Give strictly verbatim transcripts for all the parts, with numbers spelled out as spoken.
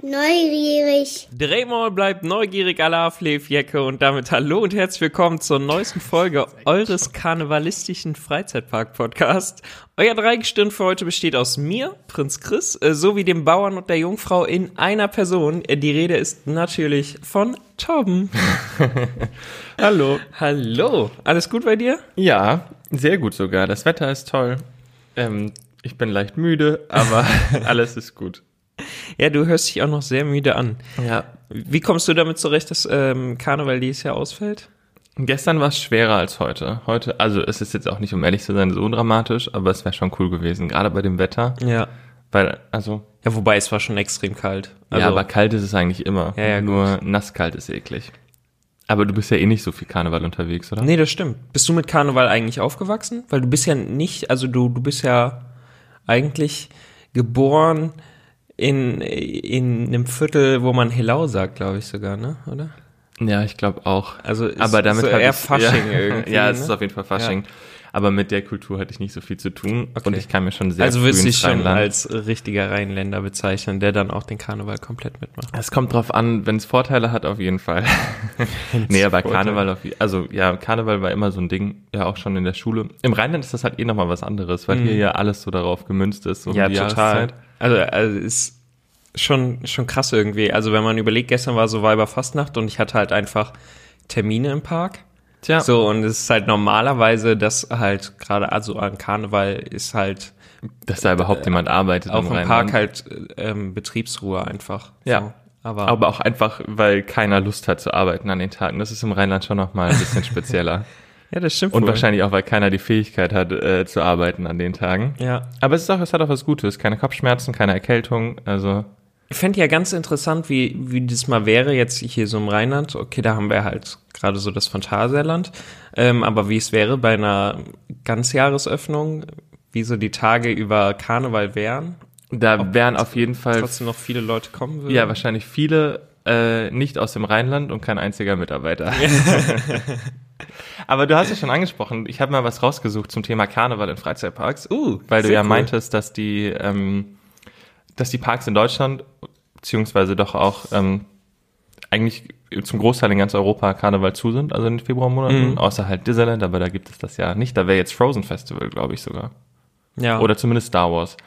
neugierig. Drehmaul bleibt neugierig à la Flevjecke und damit hallo und herzlich willkommen zur neuesten Folge eures karnevalistischen Freizeitpark-Podcasts. Euer Dreigestirn für heute besteht aus mir, Prinz Chris, sowie dem Bauern und der Jungfrau in einer Person. Die Rede ist natürlich von Torben. Hallo. Hallo. Alles gut bei dir? Ja, sehr gut sogar. Das Wetter ist toll. Ähm, ich bin leicht müde, aber alles ist gut. Ja, du hörst dich auch noch sehr müde an. Ja. Wie kommst du damit zurecht, dass ähm, Karneval dieses Jahr ausfällt? Gestern war es schwerer als heute. Heute, also es ist jetzt auch nicht, um ehrlich zu sein, so dramatisch, aber es wäre schon cool gewesen, gerade bei dem Wetter. Ja. Weil, also... Ja, wobei es war schon extrem kalt. Also, ja, aber kalt ist es eigentlich immer. Ja, ja, nur nasskalt ist eklig. Aber du bist ja eh nicht so viel Karneval unterwegs, oder? Nee, das stimmt. Bist du mit Karneval eigentlich aufgewachsen? Weil du bist ja nicht, also du, du bist ja eigentlich geboren in, in einem Viertel, wo man Helau sagt, glaube ich sogar, ne? Oder? Ja, ich glaube auch. Also ist aber damit so hat eher es, Fasching ja, irgendwie. Ja, es ne? ist auf jeden Fall Fasching. Ja. Aber mit der Kultur hatte ich nicht so viel zu tun. Okay. Und ich kann mir schon sehr Also früh würdest du dich ins schon Rheinland. als richtiger Rheinländer bezeichnen, der dann auch den Karneval komplett mitmacht? Es kommt drauf an, wenn es Vorteile hat, auf jeden Fall. Nee, aber Vorteile. Karneval, auf, also ja, Karneval war immer so ein Ding, ja auch schon in der Schule. Im Rheinland ist das halt eh nochmal was anderes, weil Mhm. hier ja alles so darauf gemünzt ist. So Ja, die total. Jahreszeit. Also, also ist schon, schon krass irgendwie. Also wenn man überlegt, gestern war so Weiberfastnacht und ich hatte halt einfach Termine im Park. Tja. So, und es ist halt normalerweise, dass halt gerade, also an Karneval ist halt Dass da überhaupt jemand arbeitet auch im im Rheinland. Park halt ähm, Betriebsruhe einfach. Ja. So. Aber, Aber auch einfach, weil keiner Lust hat zu arbeiten an den Tagen. Das ist im Rheinland schon nochmal ein bisschen spezieller. ja, das stimmt Und wohl. wahrscheinlich auch, weil keiner die Fähigkeit hat, äh, zu arbeiten an den Tagen. Ja. Aber es ist auch, es hat auch was Gutes. Keine Kopfschmerzen, keine Erkältung, also... Ich fände ja ganz interessant, wie, wie das mal wäre jetzt hier so im Rheinland. Okay, da haben wir halt gerade so das Phantasialand. Ähm, aber wie es wäre bei einer Ganzjahresöffnung, wie so die Tage über Karneval wären. Da Ob wären auf jeden Fall... Trotzdem noch viele Leute kommen würden. Ja, wahrscheinlich viele äh, nicht aus dem Rheinland und kein einziger Mitarbeiter. Aber du hast es schon angesprochen, ich habe mal was rausgesucht zum Thema Karneval in Freizeitparks, Uh, weil du sehr ja cool. meintest, dass die, ähm, dass die Parks in Deutschland, beziehungsweise doch auch ähm, eigentlich zum Großteil in ganz Europa Karneval zu sind, also in den Februarmonaten, Mhm. außer halt Disneyland, aber da gibt es das ja nicht. Da wäre jetzt Frozen Festival, glaube ich sogar. Ja. Oder zumindest Star Wars.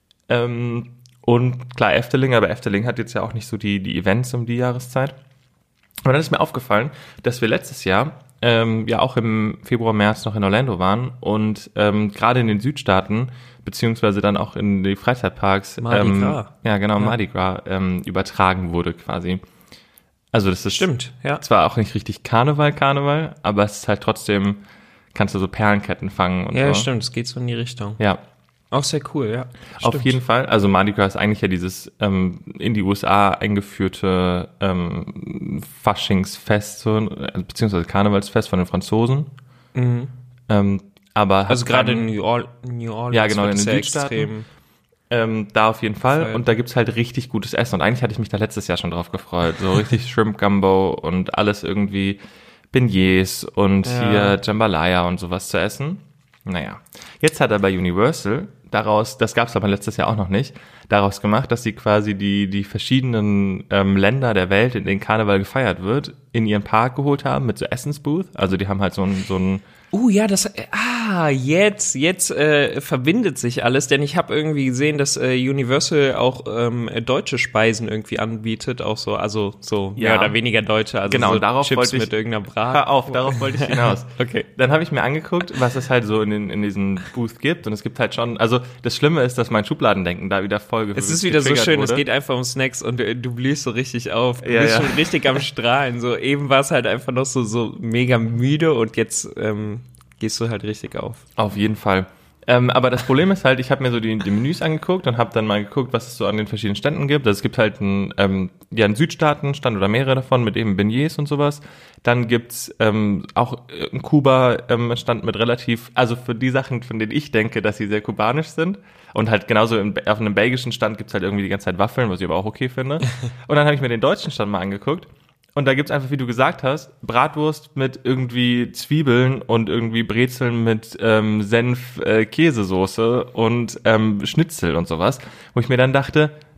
Ähm, und klar, Efteling, aber Efteling hat jetzt ja auch nicht so die, die Events um die Jahreszeit. Aber dann ist mir aufgefallen, dass wir letztes Jahr ähm, ja auch im Februar, März noch in Orlando waren und ähm, gerade in den Südstaaten, beziehungsweise dann auch in die Freizeitparks, Mardi ähm, Gras. ja genau, Ja. Mardi Gras, ähm, übertragen wurde quasi. Also das ist Stimmt, ja. zwar auch nicht richtig Karneval, Karneval, aber es ist halt trotzdem, kannst du so Perlenketten fangen und Ja, so. stimmt, es geht so in die Richtung. Ja, Auch sehr cool, ja. auf Stimmt. jeden Fall. Also Mardi Gras ist eigentlich ja dieses ähm, in die U S A eingeführte ähm, Faschingsfest, so, äh, beziehungsweise Karnevalsfest von den Franzosen. Mhm. Ähm, aber hat Also gerade keinen- in New, Or- New Orleans Ja, genau, wird in es den ja Südstaaten. extrem. ähm, da auf jeden Fall. Gefeiert. Und da gibt's halt richtig gutes Essen. Und eigentlich hatte ich mich da letztes Jahr schon drauf gefreut. So richtig Shrimp Gumbo und alles irgendwie Beignets und Ja. hier Jambalaya und sowas zu essen. Naja, jetzt hat aber Universal daraus, das gab's aber letztes Jahr auch noch nicht, daraus gemacht, dass sie quasi die die verschiedenen ähm, Länder der Welt, in denen Karneval gefeiert wird, in ihren Park geholt haben mit so Essensbooth. Also die haben halt so ein so ein Uh, ja, das, äh, ah, jetzt, jetzt äh, verbindet sich alles, denn ich habe irgendwie gesehen, dass äh, Universal auch ähm, deutsche Speisen irgendwie anbietet, auch so, also so Ja. mehr oder weniger deutsche, also Genau, so darauf Chips wollte ich- mit irgendeiner Brat. Hör auf, darauf wollte ich hinaus. Okay. Dann habe ich mir angeguckt, was es halt so in, den, in diesen Booth gibt. Und es gibt halt schon, also das Schlimme ist, dass mein Schubladendenken da wieder voll Es ist wieder so getriggert schön, wurde. es geht einfach um Snacks und du, du blühst so richtig auf. Du Ja, bist ja. schon richtig am Strahlen. So eben war es halt einfach noch so, so mega müde und jetzt ähm, gehst du halt richtig auf. Auf jeden Fall. Ähm, aber das Problem ist halt, ich habe mir so die, die Menüs angeguckt und habe dann mal geguckt, was es so an den verschiedenen Ständen gibt. Also es gibt halt einen, ähm, ja, einen Südstaaten-Stand oder mehrere davon mit eben Beignets und sowas. Dann gibt's ähm, auch einen Kuba-Stand mit relativ, also für die Sachen, von denen ich denke, dass sie sehr kubanisch sind. Und halt genauso in, auf einem belgischen Stand gibt's halt irgendwie die ganze Zeit Waffeln, was ich aber auch okay finde. Und dann habe ich mir den deutschen Stand mal angeguckt. Und da gibt's einfach, wie du gesagt hast, Bratwurst mit irgendwie Zwiebeln und irgendwie Brezeln mit ähm, Senf, äh, Käsesoße und ähm, Schnitzel und sowas. Wo ich mir dann dachte,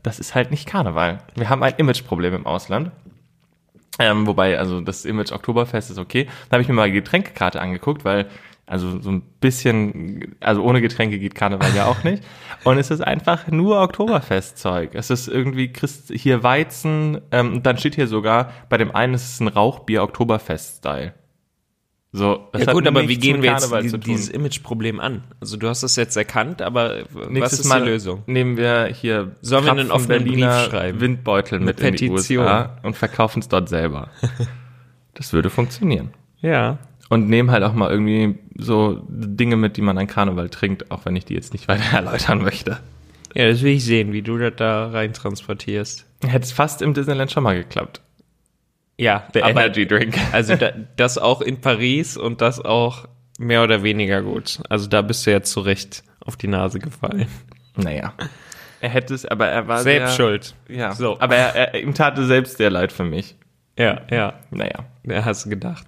das ist halt nicht Karneval. Wir haben ein Imageproblem im Ausland. Ähm, wobei, also das Image Oktoberfest ist okay. Da habe ich mir mal die Getränkekarte angeguckt, weil also so ein bisschen, also ohne Getränke geht Karneval ja auch nicht. Und es ist einfach nur Oktoberfestzeug. Es ist irgendwie, kriegst hier Weizen, ähm, und dann steht hier sogar, bei dem einen ist es ein Rauchbier Oktoberfest-Style. So, das Ja gut, hat aber wie nichts gehen mit wir jetzt Karneval die, zu tun. dieses Imageproblem an? Also du hast es jetzt erkannt, aber was Nächstes ist Mal die Lösung? Nehmen wir hier Sollen wir einen Krapfen offenen Berliner Brief schreiben? Windbeutel Eine mit in die Petition. U S A und verkaufen es dort selber. Das würde funktionieren. Ja. Und nehmen halt auch mal irgendwie so Dinge mit, die man an Karneval trinkt, auch wenn ich die jetzt nicht weiter erläutern möchte. Ja, das will ich sehen, wie du das da rein transportierst. Hätte es fast im Disneyland schon mal geklappt. Ja, Der aber Energy Drink. also da, das auch in Paris und das auch mehr oder weniger gut. Also da bist du ja zu Recht auf die Nase gefallen. Naja. Er hätte es, aber er war Selbst sehr, schuld. Ja, So. aber er, er, ihm tat es selbst sehr leid für mich. Ja, ja. Naja. Ja, hast du gedacht.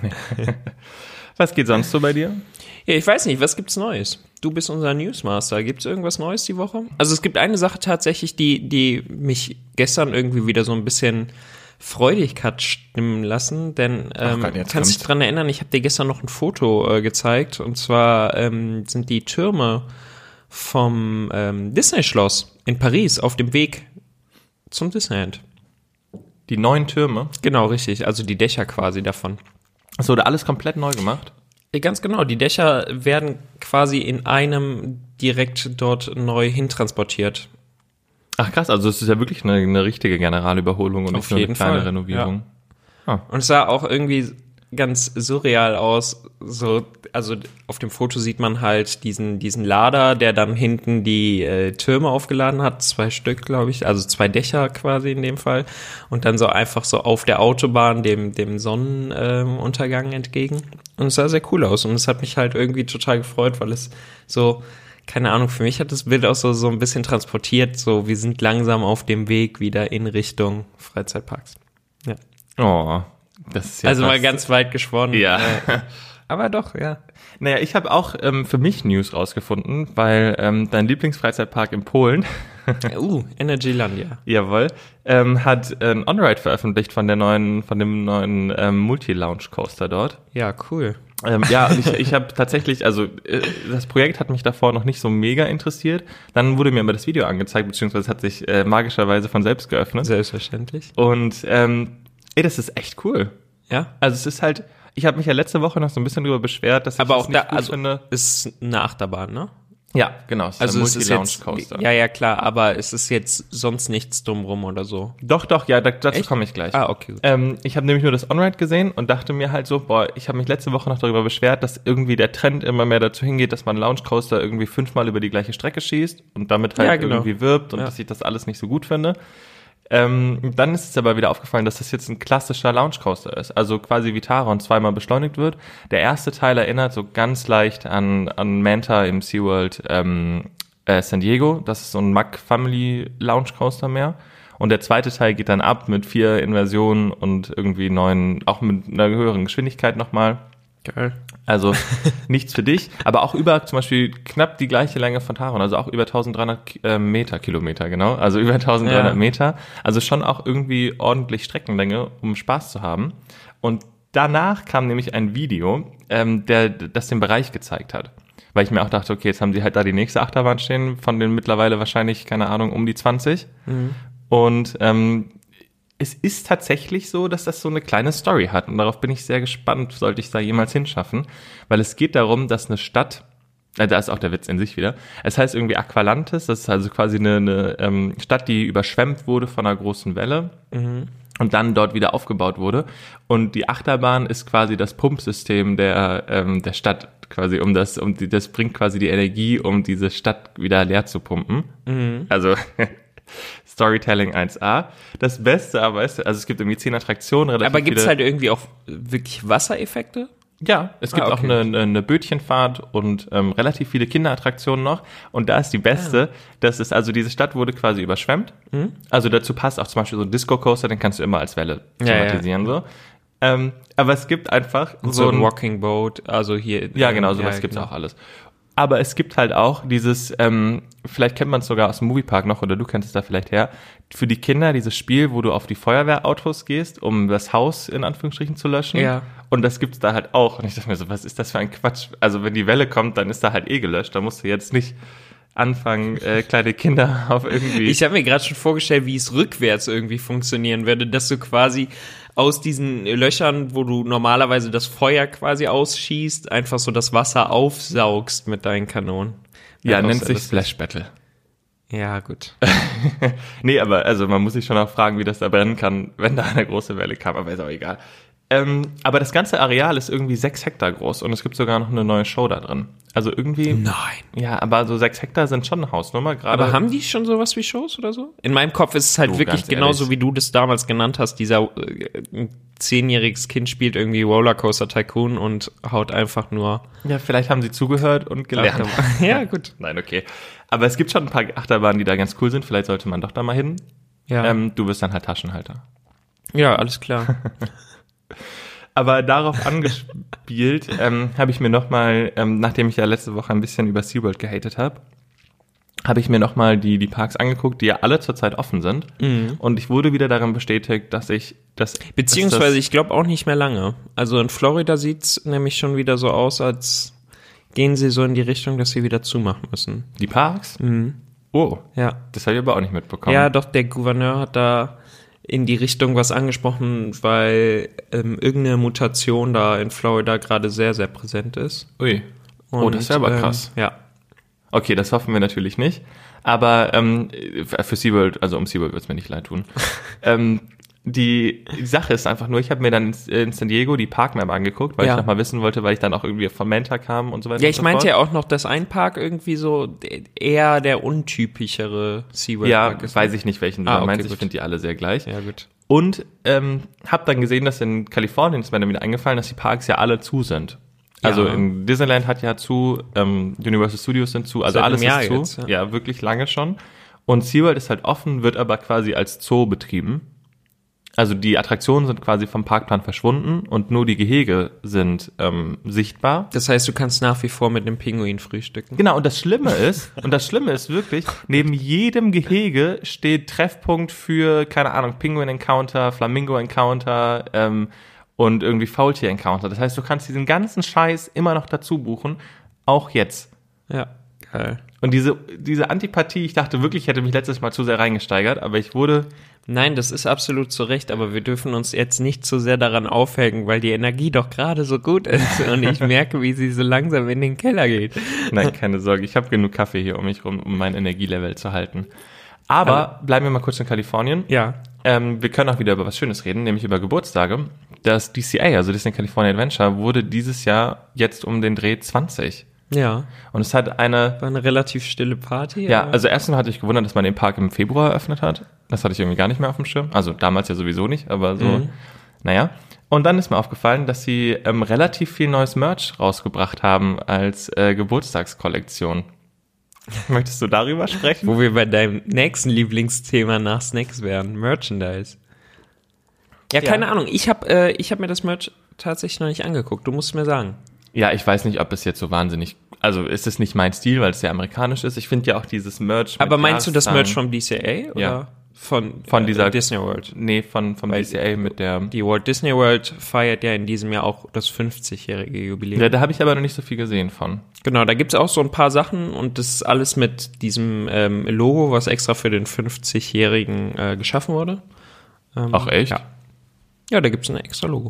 Was geht sonst so bei dir? Ja, ich weiß nicht, was gibt's Neues? Du bist unser Newsmaster. Gibt's irgendwas Neues die Woche? Also es gibt eine Sache tatsächlich, die, die mich gestern irgendwie wieder so ein bisschen freudig hat stimmen lassen, denn ähm, Gott, jetzt kannst dich kommt's. dran erinnern, ich habe dir gestern noch ein Foto äh, gezeigt und zwar ähm, sind die Türme vom ähm, Disney-Schloss in Paris auf dem Weg zum Disneyland. Die neuen Türme. Genau, richtig, also die Dächer quasi davon. Es wurde alles komplett neu gemacht. Ja, ganz genau, die Dächer werden quasi in einem direkt dort neu hintransportiert. Ach krass, also es ist ja wirklich eine, eine richtige Generalüberholung und Auf nicht nur eine jeden kleine Fall, Renovierung. Und es sah auch irgendwie ganz surreal aus. So, also auf dem Foto sieht man halt diesen diesen Lader, der dann hinten die äh, Türme aufgeladen hat, zwei Stück, glaube ich, also zwei Dächer quasi in dem Fall. Und dann so einfach so auf der Autobahn dem dem Sonnenuntergang entgegen. Und es sah sehr cool aus und es hat mich halt irgendwie total gefreut, weil es so, keine Ahnung, für mich hat das Bild auch so so ein bisschen transportiert. So, wir sind langsam auf dem Weg wieder in Richtung Freizeitparks. Ja. Oh, das ist ja Also mal fast- ganz weit gesponnen. Ja. Äh, aber doch, ja. Naja, ich habe auch ähm, für mich News rausgefunden, weil ähm, dein Lieblingsfreizeitpark in Polen, Uh, Energylandia. jawohl, ähm, hat ein On-Ride veröffentlicht von der neuen, von dem neuen ähm, Multi-Lounge-Coaster dort. Ja, cool. Ähm, ja, und ich, ich habe tatsächlich, also äh, das Projekt hat mich davor noch nicht so mega interessiert. Dann wurde mir aber das Video angezeigt, beziehungsweise es hat sich äh, magischerweise von selbst geöffnet. Selbstverständlich. Und ähm, ey, das ist echt cool. Ja. Also es ist halt, ich habe mich ja letzte Woche noch so ein bisschen darüber beschwert, dass ich Aber es auch nicht da, gut also finde. ist eine Achterbahn, ne? Ja, genau, es ist Also ein es ist jetzt, Multi-Lounge-Coaster. ja, ja, klar, aber es ist jetzt sonst nichts drumrum oder so. Doch, doch, ja, da, dazu Echt? komme ich gleich. Ah, okay. Gut. Ähm, ich habe nämlich nur das On-Ride gesehen und dachte mir halt so, boah, ich habe mich letzte Woche noch darüber beschwert, dass irgendwie der Trend immer mehr dazu hingeht, dass man Lounge Coaster irgendwie fünfmal über die gleiche Strecke schießt und damit halt Ja, genau. irgendwie wirbt und Ja. dass ich das alles nicht so gut finde. Ähm, dann ist es aber wieder aufgefallen, dass das jetzt ein klassischer Lounge Coaster ist. Also quasi wie Taron zweimal beschleunigt wird. Der erste Teil erinnert so ganz leicht an, an Manta im SeaWorld ähm, äh, San Diego. Das ist so ein Mack Family Lounge Coaster mehr. Und der zweite Teil geht dann ab mit vier Inversionen und irgendwie neuen, auch mit einer höheren Geschwindigkeit nochmal. Geil. Also nichts für dich, aber auch über zum Beispiel knapp die gleiche Länge von Taron, also auch über dreizehnhundert Ki- äh, Meter, Kilometer, genau, also über dreizehnhundert Ja. Meter, also schon auch irgendwie ordentlich Streckenlänge, um Spaß zu haben. Und danach kam nämlich ein Video, ähm, der das den Bereich gezeigt hat, weil ich mir auch dachte, okay, jetzt haben sie halt da die nächste Achterbahn stehen, von den mittlerweile wahrscheinlich, keine Ahnung, um die zwanzig. Mhm. Und ähm, es ist tatsächlich so, dass das so eine kleine Story hat. Und darauf bin ich sehr gespannt, sollte ich es da jemals hinschaffen. Weil es geht darum, dass eine Stadt, äh, da ist auch der Witz in sich wieder, es heißt irgendwie Aqualantis, das ist also quasi eine, eine ähm, Stadt, die überschwemmt wurde von einer großen Welle Mhm. und dann dort wieder aufgebaut wurde. Und die Achterbahn ist quasi das Pumpsystem der, ähm, der Stadt, quasi um das, um die, das bringt quasi die Energie, um diese Stadt wieder leer zu pumpen. Mhm. Also Storytelling eins a. Das Beste aber ist, also es gibt irgendwie zehn Attraktionen. relativ Aber gibt's viele, halt irgendwie auch wirklich Wassereffekte? Ja, es gibt Ah, auch okay. eine, eine, eine Bötchenfahrt und ähm, relativ viele Kinderattraktionen noch. Und da ist die beste, das ist, also diese Stadt wurde quasi überschwemmt. Mhm. Also dazu passt auch zum Beispiel so ein Disco-Coaster, den kannst du immer als Welle Ja, ja. thematisieren. So. Ähm, aber es gibt einfach So, so ein ein Walking Boat, also hier. Ja, genau, sowas ja, gibt's genau. auch alles. aber es gibt halt auch dieses, ähm, vielleicht kennt man es sogar aus dem Moviepark noch, oder du kennst es da vielleicht her, für die Kinder dieses Spiel, wo du auf die Feuerwehrautos gehst, um das Haus in Anführungsstrichen zu löschen. Ja. Und das gibt's da halt auch. Und ich dachte mir so, was ist das für ein Quatsch? Also wenn die Welle kommt, dann ist da halt eh gelöscht. Da musst du jetzt nicht anfangen, äh, kleine Kinder auf irgendwie... Ich habe mir gerade schon vorgestellt, wie es rückwärts irgendwie funktionieren würde, dass du quasi aus diesen Löchern, wo du normalerweise das Feuer quasi ausschießt, einfach so das Wasser aufsaugst mit deinen Kanonen. Ja, nennt sich Splash Battle. Ja, gut. Nee, aber also man muss sich schon auch fragen, wie das da brennen kann, wenn da eine große Welle kam, aber ist auch egal. Ähm, aber das ganze Areal ist irgendwie sechs Hektar groß und es gibt sogar noch eine neue Show da drin. Also irgendwie... Nein. Ja, aber so sechs Hektar sind schon eine Hausnummer. Gerade. Aber haben die schon sowas wie Shows oder so? In meinem Kopf ist es halt Du, wirklich ganz genauso, ehrlich. wie du das damals genannt hast. Dieser äh, ein zehnjähriges Kind spielt irgendwie Rollercoaster Tycoon und haut einfach nur... Ja, vielleicht haben sie zugehört und gelernt. Ja, gut. Nein, okay. Aber es gibt schon ein paar Achterbahnen, die da ganz cool sind. Vielleicht sollte man doch da mal hin. Ja, Ähm, du wirst dann halt Taschenhalter. ja, alles klar. Aber darauf angespielt ähm, habe ich mir nochmal, ähm, nachdem ich ja letzte Woche ein bisschen über SeaWorld gehatet habe, habe ich mir nochmal die, die Parks angeguckt, die ja alle zurzeit offen sind. Mhm. Und ich wurde wieder darin bestätigt, dass ich das... Beziehungsweise, dass das, ich glaube auch nicht mehr lange. Also in Florida sieht's nämlich schon wieder so aus, als gehen sie so in die Richtung, dass sie wieder zumachen müssen. Die Parks? Mhm. Oh, Ja. das habe ich aber auch nicht mitbekommen. Ja, doch, der Gouverneur hat da in die Richtung was angesprochen, weil ähm, irgendeine Mutation da in Florida gerade sehr, sehr präsent ist. Ui. Und, Oh, das wäre aber krass. Ähm, ja. Okay, das hoffen wir natürlich nicht. Aber ähm, für SeaWorld, also um SeaWorld wird es mir nicht leid tun. ähm, die, die Sache ist einfach nur, ich habe mir dann in, in San Diego die Parkmap angeguckt, weil Ja. ich nochmal wissen wollte, weil ich dann auch irgendwie von Manta kam und so weiter. Ja, und ich so meinte fort. ja auch noch, dass ein Park irgendwie so eher der untypischere SeaWorld Ja, Park ist. weiß ich nicht, welchen du Ah, da meinst. okay, Ich gut. finde die alle sehr gleich. Ja, gut. Und ähm, habe dann gesehen, dass in Kalifornien, ist mir dann wieder eingefallen, dass die Parks ja alle zu sind. Also Ja. in Disneyland hat ja zu, ähm, Universal Studios sind zu, also Seit alles einem Jahr ist zu. jetzt, ja. Ja, wirklich lange schon. Und SeaWorld ist halt offen, wird aber quasi als Zoo betrieben. Also die Attraktionen sind quasi vom Parkplan verschwunden und nur die Gehege sind ähm, sichtbar. Das heißt, du kannst nach wie vor mit einem Pinguin frühstücken. Genau, und das Schlimme ist, und das Schlimme ist wirklich, neben jedem Gehege steht Treffpunkt für, keine Ahnung, Pinguin-Encounter, Flamingo-Encounter ähm, und irgendwie Faultier-Encounter. Das heißt, du kannst diesen ganzen Scheiß immer noch dazu buchen, auch jetzt. Ja, geil. Und diese, diese Antipathie, ich dachte wirklich, ich hätte mich letztes Mal zu sehr reingesteigert, aber ich wurde... Nein, das ist absolut zu Recht, aber wir dürfen uns jetzt nicht zu sehr daran aufhängen, weil die Energie doch gerade so gut ist und ich merke, wie sie so langsam in den Keller geht. Nein, keine Sorge, ich habe genug Kaffee hier um mich rum, um mein Energielevel zu halten. Aber bleiben wir mal kurz in Kalifornien. Ja. Ähm, wir können auch wieder über was Schönes reden, nämlich über Geburtstage. Das D C A, also Disney California Adventure, wurde dieses Jahr jetzt um den Dreh zwanzig. Ja. Und es hat eine... War eine relativ stille Party. Ja, aber- also erstens hatte ich gewundert, dass man den Park im Februar eröffnet hat. Das hatte ich irgendwie gar nicht mehr auf dem Schirm. Also damals ja sowieso nicht, aber so, Mhm. naja. Und dann ist mir aufgefallen, dass sie ähm, relativ viel neues Merch rausgebracht haben als äh, Geburtstagskollektion. Möchtest du darüber sprechen? Wo wir bei deinem nächsten Lieblingsthema nach Snacks wären, Merchandise. Ja, Ja. keine Ahnung. Ich habe äh, ich hab mir das Merch tatsächlich noch nicht angeguckt. Du musst mir sagen. Ja, ich weiß nicht, ob es jetzt so wahnsinnig... Also ist es nicht mein Stil, weil es sehr amerikanisch ist. Ich finde ja auch dieses Merch mit Aber meinst du das Jahreszahlen- Merch vom D C A oder Ja. von, Von äh, dieser- Disney World? Nee, von, vom D C A mit der... Die Walt Disney World feiert ja in diesem Jahr auch das fünfzigjährige Jubiläum. Ja, da habe ich aber noch nicht so viel gesehen von. Genau, da gibt's auch so ein paar Sachen und das ist alles mit diesem ähm, Logo, was extra für den fünfzigjährigen äh, geschaffen wurde. Ähm, Ach echt? Ja. Ja, da gibt's ein extra Logo.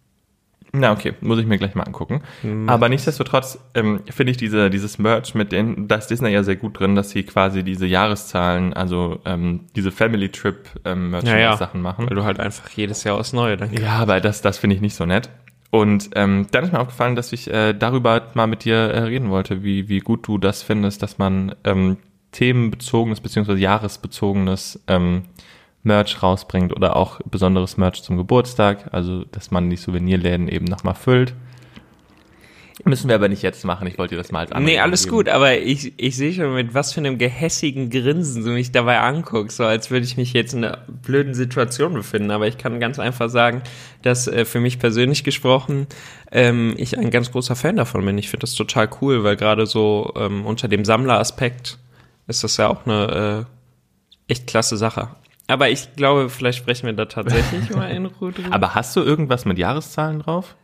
Na, okay, muss ich mir gleich mal angucken. Aber nichtsdestotrotz ähm, finde ich diese, dieses Merch mit den, da ist Disney ja sehr gut drin, dass sie quasi diese Jahreszahlen, also ähm, diese Family Trip ähm, Merchandise-Sachen machen. Weil du halt einfach jedes Jahr aufs Neue dann. Ja, aber das, das finde ich nicht so nett. Und ähm, dann ist mir aufgefallen, dass ich äh, darüber mal mit dir äh, reden wollte, wie, wie gut du das findest, dass man ähm, themenbezogenes beziehungsweise jahresbezogenes ähm, Merch rausbringt oder auch besonderes Merch zum Geburtstag, also dass man die Souvenirläden eben nochmal füllt. Müssen wir aber nicht jetzt machen, ich wollte dir das mal als Anregung Nee, alles geben. gut, aber ich, ich sehe schon, mit was für einem gehässigen Grinsen du mich dabei anguckst, so als würde ich mich jetzt in einer blöden Situation befinden. Aber ich kann ganz einfach sagen, dass äh, für mich persönlich gesprochen ähm, ich ein ganz großer Fan davon bin. Ich finde das total cool, weil gerade so ähm, unter dem Sammleraspekt ist das ja auch eine äh, echt klasse Sache. Aber ich glaube, vielleicht sprechen wir da tatsächlich mal in Ruhe drüber. Aber hast du irgendwas mit Jahreszahlen drauf?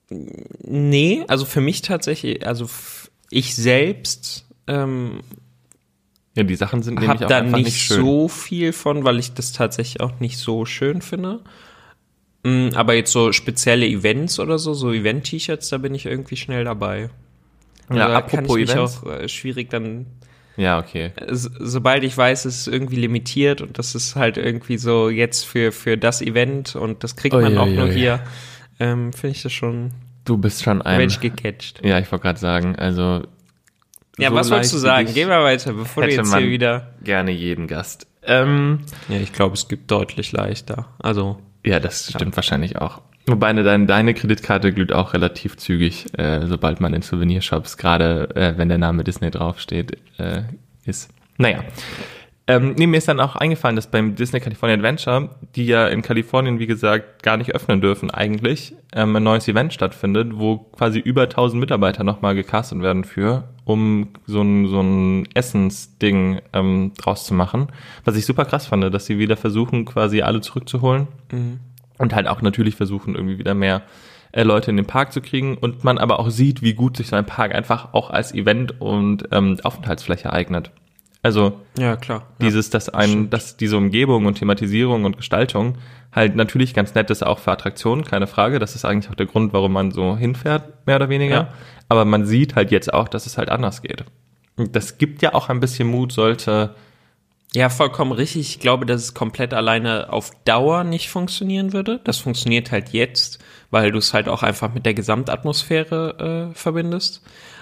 Nee, also für mich tatsächlich, also f- ich selbst ähm, Ja, die Sachen sind nämlich habe auch da einfach nicht, nicht schön. so viel von, weil ich das tatsächlich auch nicht so schön finde. Mm, Aber jetzt so spezielle Events oder so, so Event-T-Shirts, da bin ich irgendwie schnell dabei. Also Ja, da kann apropos ich mich Events. auch äh, schwierig dann, Ja, okay. äh, so- sobald ich weiß, es ist irgendwie limitiert und das ist halt irgendwie so jetzt für, für das Event und das kriegt man Ui, auch ui, nur ui. hier, ähm, finde ich das schon, Du bist schon ein... werde ich gecatcht. Ja, ich wollte gerade sagen, also... Ja, so was wolltest du leicht wie sagen? dich Geh mal weiter, bevor du hätte jetzt man hier wieder... gerne jeden Gast. Ähm, Ja, ich glaube, es gibt deutlich leichter. Also, ja, das stimmt wahrscheinlich auch. Wobei ne, dein, deine Kreditkarte glüht auch relativ zügig, äh, sobald man in Souvenirshops, gerade äh, wenn der Name Disney draufsteht, äh, ist. Naja. Ähm, nee, mir ist dann auch eingefallen, dass beim Disney California Adventure, die ja in Kalifornien, wie gesagt, gar nicht öffnen dürfen eigentlich, ähm, ein neues Event stattfindet, wo quasi über tausend Mitarbeiter nochmal gecastet werden für, um so ein, so ein Essensding ähm, draus zu machen. Was ich super krass fand, dass sie wieder versuchen, quasi alle zurückzuholen und halt auch natürlich versuchen, irgendwie wieder mehr äh, Leute in den Park zu kriegen und man aber auch sieht, wie gut sich so ein Park einfach auch als Event und ähm, Aufenthaltsfläche eignet. Also ja, klar. dieses, dass ein, dass diese Umgebung und Thematisierung und Gestaltung halt natürlich ganz nett ist, auch für Attraktionen, keine Frage. Das ist eigentlich auch der Grund, warum man so hinfährt, mehr oder weniger. Ja. Aber man sieht halt jetzt auch, dass es halt anders geht. Und das gibt ja auch ein bisschen Mut, sollte, Ja, vollkommen richtig. Ich glaube, dass es komplett alleine auf Dauer nicht funktionieren würde. Das funktioniert halt jetzt, weil du es halt auch einfach mit der Gesamtatmosphäre äh, verbindest.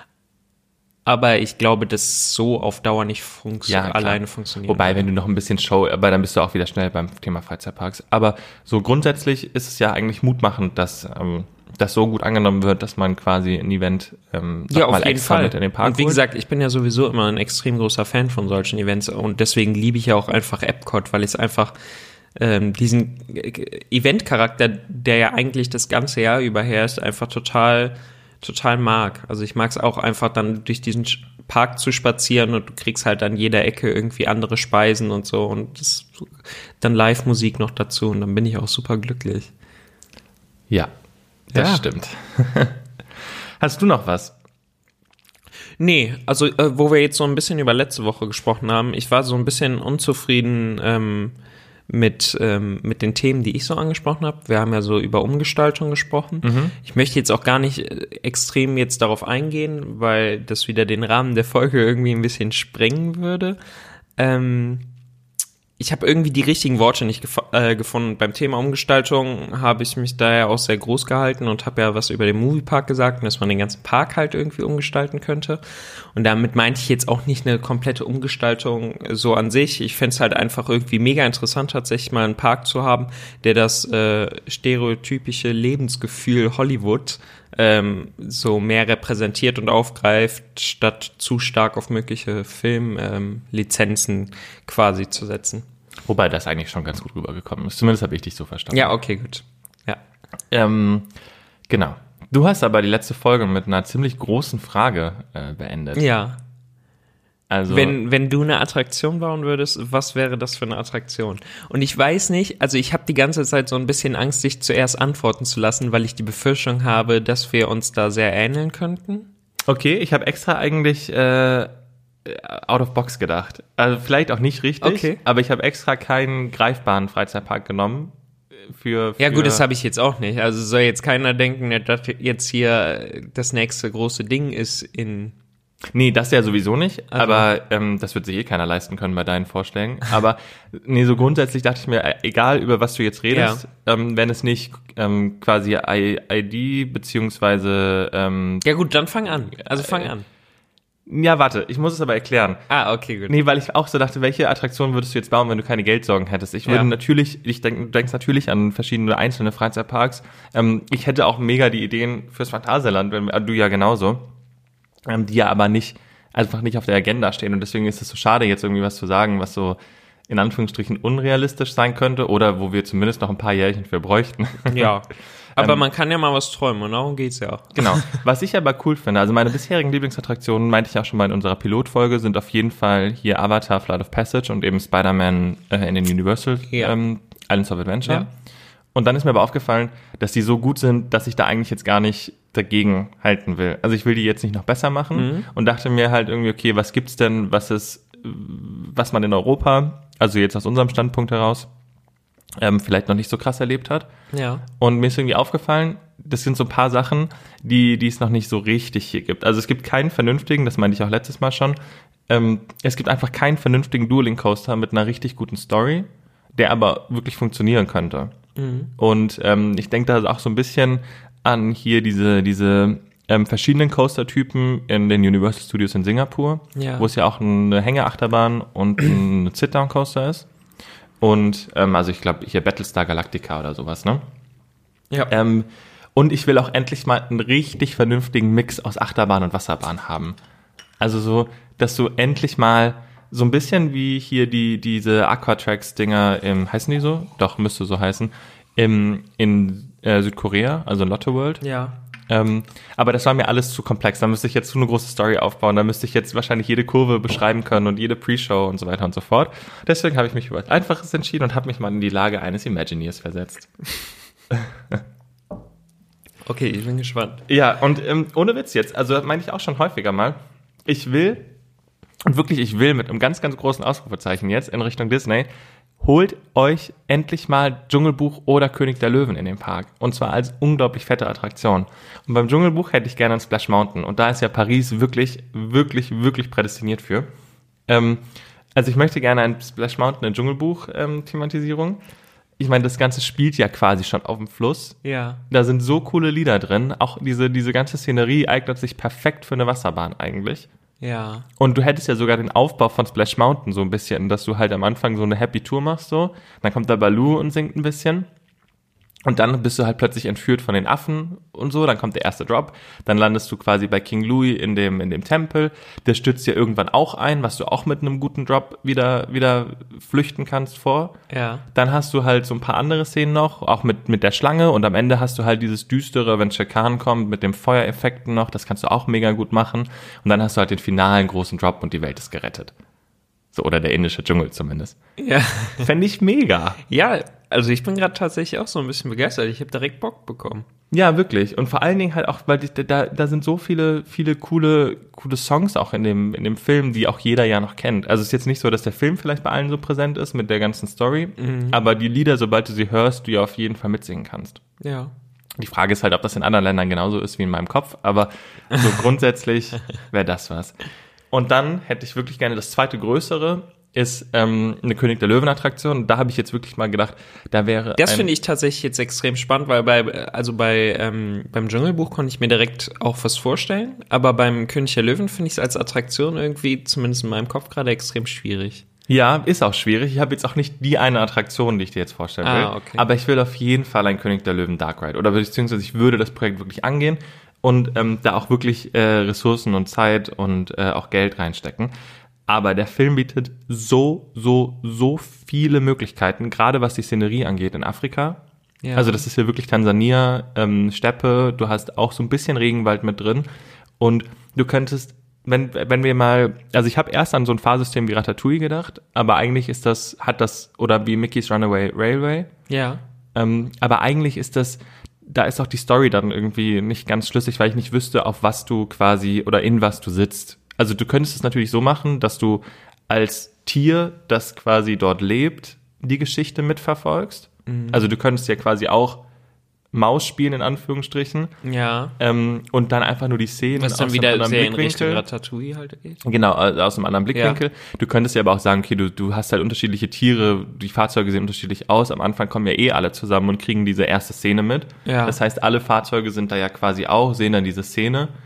Aber ich glaube, dass es so auf Dauer nicht funktio- Ja, klar. alleine funktioniert. wobei, wenn du noch ein bisschen Show, aber dann bist du auch wieder schnell beim Thema Freizeitparks. Aber so grundsätzlich ist es ja eigentlich mutmachend, dass ähm, das so gut angenommen wird, dass man quasi ein Event ähm, Ja, noch mal auf jeden extra Fall. mit in den Park Und wie holt. gesagt, ich bin ja sowieso immer ein extrem großer Fan von solchen Events und deswegen liebe ich ja auch einfach Epcot, weil ich es einfach ähm, diesen äh, Event-Charakter, der ja eigentlich das ganze Jahr über herrscht, einfach total, total mag. Also ich mag es auch einfach dann durch diesen Sch- Park zu spazieren und du kriegst halt an jeder Ecke irgendwie andere Speisen und so und das, dann Live-Musik noch dazu und dann bin ich auch super glücklich. Ja, das Ja. stimmt. Hast du noch was? Nee, also äh, wo wir jetzt so ein bisschen über letzte Woche gesprochen haben, ich war so ein bisschen unzufrieden ähm, mit, ähm, mit den Themen, die ich so angesprochen habe. Wir haben ja so über Umgestaltung gesprochen. Ich möchte jetzt auch gar nicht äh, extrem jetzt darauf eingehen, weil das wieder den Rahmen der Folge irgendwie ein bisschen sprengen würde. Ähm, ich habe irgendwie die richtigen Worte nicht gef- äh, gefunden. Beim Thema Umgestaltung habe ich mich daher auch sehr groß gehalten und habe ja was über den Moviepark gesagt und dass man den ganzen Park halt irgendwie umgestalten könnte. Und damit meinte ich jetzt auch nicht eine komplette Umgestaltung so an sich. Ich fände es halt einfach irgendwie mega interessant, tatsächlich mal einen Park zu haben, der das äh, stereotypische Lebensgefühl Hollywood ähm, so mehr repräsentiert und aufgreift, statt zu stark auf mögliche Filmlizenzen ähm, quasi zu setzen. Wobei das eigentlich schon ganz gut rübergekommen ist. Zumindest habe ich dich so verstanden. Ja, okay, gut. Ja. Ähm, genau. Du hast aber die letzte Folge mit einer ziemlich großen Frage äh, beendet. Ja. Also, Wenn, wenn du eine Attraktion bauen würdest, was wäre das für eine Attraktion? Und ich weiß nicht, also ich habe die ganze Zeit so ein bisschen Angst, dich zuerst antworten zu lassen, weil ich die Befürchtung habe, dass wir uns da sehr ähneln könnten. okay, ich habe extra eigentlich äh, out of box gedacht. Also vielleicht auch nicht richtig, Okay. aber ich habe extra keinen greifbaren Freizeitpark genommen. Für, für Ja gut, das habe ich jetzt auch nicht. Also soll jetzt keiner denken, dass jetzt hier das nächste große Ding ist in... Nee, das ja sowieso nicht, Also- aber ähm, das wird sich eh keiner leisten können bei deinen Vorschlägen. Aber nee, so grundsätzlich dachte ich mir, äh, egal über was du jetzt redest, ähm, wenn es nicht ähm, quasi I- ID beziehungsweise ähm, Ja gut, dann fang an. Also fang an. Ja, warte, ich muss es aber erklären. Ah, okay, gut. Nee, weil ich auch so dachte, welche Attraktion würdest du jetzt bauen, wenn du keine Geldsorgen hättest? Ich würde Ja. natürlich, ich denk, du denkst natürlich an verschiedene einzelne Freizeitparks. Ähm, ich hätte auch mega die Ideen fürs Phantasialand, wenn, äh, du ja genauso, ähm, die ja aber nicht, einfach nicht auf der Agenda stehen. Und deswegen ist es so schade, jetzt irgendwie was zu sagen, was so in Anführungsstrichen unrealistisch sein könnte oder wo wir zumindest noch ein paar Jährchen für bräuchten. Ja. Aber Ähm, man kann ja mal was träumen und darum geht's ja auch. Genau. Was ich aber cool finde, also meine bisherigen Lieblingsattraktionen, meinte ich auch schon mal in unserer Pilotfolge, sind auf jeden Fall hier Avatar, Flight of Passage und eben Spider-Man äh, in den Universal Ja. ähm, Islands of Adventure. Ja. Und dann ist mir aber aufgefallen, dass die so gut sind, dass ich da eigentlich jetzt gar nicht dagegen halten will. Also ich will die jetzt nicht noch besser machen Mhm. und dachte mir halt irgendwie, okay, was gibt's denn, was ist, was man in Europa, also jetzt aus unserem Standpunkt heraus, ähm, vielleicht noch nicht so krass erlebt hat. Ja. Und mir ist irgendwie aufgefallen, das sind so ein paar Sachen, die, die es noch nicht so richtig hier gibt. Also es gibt keinen vernünftigen, das meinte ich auch letztes Mal schon, ähm, es gibt einfach keinen vernünftigen Dueling Coaster mit einer richtig guten Story, der aber wirklich funktionieren könnte. Mhm. Und ähm, ich denke da auch so ein bisschen an hier diese, diese ähm, verschiedenen Coaster-Typen in den Universal Studios in Singapur, Ja. wo es ja auch eine Hängeachterbahn und ein Sit-Down-Coaster ist. Und ähm, also ich glaube hier Battlestar Galactica oder sowas, ne? Ja. Ähm, und ich will auch endlich mal einen richtig vernünftigen Mix aus Achterbahn und Wasserbahn haben. Also so, dass du endlich mal so ein bisschen wie hier die diese Aquatrax-Dinger im, heißen die so? Doch, müsste so heißen, im, in äh, Südkorea, also in Lotte World. Ja. Ähm, aber das war mir alles zu komplex. Da müsste ich jetzt so eine große Story aufbauen. Da müsste ich jetzt wahrscheinlich jede Kurve beschreiben können und jede Pre-Show und so weiter und so fort. Deswegen habe ich mich für was Einfaches entschieden und habe mich mal in die Lage eines Imagineers versetzt. Okay, ich bin gespannt. Ja, und ähm, ohne Witz jetzt, also das meine ich auch schon häufiger mal, ich will, und wirklich ich will mit einem ganz, ganz großen Ausrufezeichen jetzt in Richtung Disney, holt euch endlich mal Dschungelbuch oder König der Löwen in den Park. Und zwar als unglaublich fette Attraktion. Und beim Dschungelbuch hätte ich gerne ein Splash Mountain. Und da ist ja Paris wirklich, wirklich, wirklich prädestiniert für. Ähm, also ich möchte gerne ein Splash Mountain in Dschungelbuch-Thematisierung. Ich meine, das Ganze spielt ja quasi schon auf dem Fluss. Ja. Da sind so coole Lieder drin. Auch diese, diese ganze Szenerie eignet sich perfekt für eine Wasserbahn eigentlich. Ja. Und du hättest ja sogar den Aufbau von Splash Mountain so ein bisschen, dass du halt am Anfang so eine Happy Tour machst, so. Dann kommt da Baloo und singt ein bisschen. Und dann bist du halt plötzlich entführt von den Affen und so. Dann kommt der erste Drop. Dann landest du quasi bei King Louis in dem, in dem Tempel. Der stürzt dir irgendwann auch ein, was du auch mit einem guten Drop wieder, wieder flüchten kannst vor. Ja. Dann hast du halt so ein paar andere Szenen noch, auch mit, mit der Schlange. Und am Ende hast du halt dieses Düstere, wenn Shere Khan kommt, mit dem Feuereffekten noch. Das kannst du auch mega gut machen. Und dann hast du halt den finalen großen Drop und die Welt ist gerettet. So, oder der indische Dschungel zumindest. Ja. Fände ich mega. Ja, also ich bin gerade tatsächlich auch so ein bisschen begeistert. Ich habe direkt Bock bekommen. Ja, wirklich. Und vor allen Dingen halt auch, weil die, da, da sind so viele, viele coole, coole Songs auch in dem, in dem Film, die auch jeder ja noch kennt. Also es ist jetzt nicht so, dass der Film vielleicht bei allen so präsent ist mit der ganzen Story, Mhm. aber die Lieder, sobald du sie hörst, du ja auf jeden Fall mitsingen kannst. Ja. Die Frage ist halt, ob das in anderen Ländern genauso ist wie in meinem Kopf, aber so grundsätzlich wäre das was. Und dann hätte ich wirklich gerne das zweite größere, ist ähm, eine König der Löwen-Attraktion. Und da habe ich jetzt wirklich mal gedacht, da wäre Das ein- finde ich tatsächlich jetzt extrem spannend, weil bei, also bei, ähm, beim Dschungelbuch konnte ich mir direkt auch was vorstellen, aber beim König der Löwen finde ich es als Attraktion irgendwie, zumindest in meinem Kopf gerade, extrem schwierig. Ja, ist auch schwierig. Ich habe jetzt auch nicht die eine Attraktion, die ich dir jetzt vorstellen will. Ah, okay. Aber ich will auf jeden Fall ein König der Löwen Dark Ride. Oder beziehungsweise ich würde das Projekt wirklich angehen und ähm, da auch wirklich äh, Ressourcen und Zeit und äh, auch Geld reinstecken. Aber der Film bietet so, so, so viele Möglichkeiten, gerade was die Szenerie angeht in Afrika. Ja. Also das ist ja wirklich Tansania, ähm, Steppe, du hast auch so ein bisschen Regenwald mit drin. Und du könntest, wenn, wenn wir mal, also ich habe erst an so ein Fahrsystem wie Ratatouille gedacht, aber eigentlich ist das, hat das, oder wie Mickey's Runaway Railway, Ja. ähm, aber eigentlich ist das, da ist auch die Story dann irgendwie nicht ganz schlüssig, weil ich nicht wüsste, auf was du quasi oder in was du sitzt. Also du könntest es natürlich so machen, dass du als Tier, das quasi dort lebt, die Geschichte mitverfolgst. Mhm. Also du könntest ja quasi auch Maus spielen, in Anführungsstrichen. Ja. Ähm, und dann einfach nur die Szenen Was dann aus einem wieder anderen sehr in Richtung Blickwinkel. Ratatouille halt geht. Genau, also aus einem anderen Blickwinkel. Ja. Du könntest ja aber auch sagen, okay, du, du hast halt unterschiedliche Tiere, die Fahrzeuge sehen unterschiedlich aus. Am Anfang kommen ja eh alle zusammen und kriegen diese erste Szene mit. Ja. Das heißt, alle Fahrzeuge sind da ja quasi auch, sehen dann diese Szene.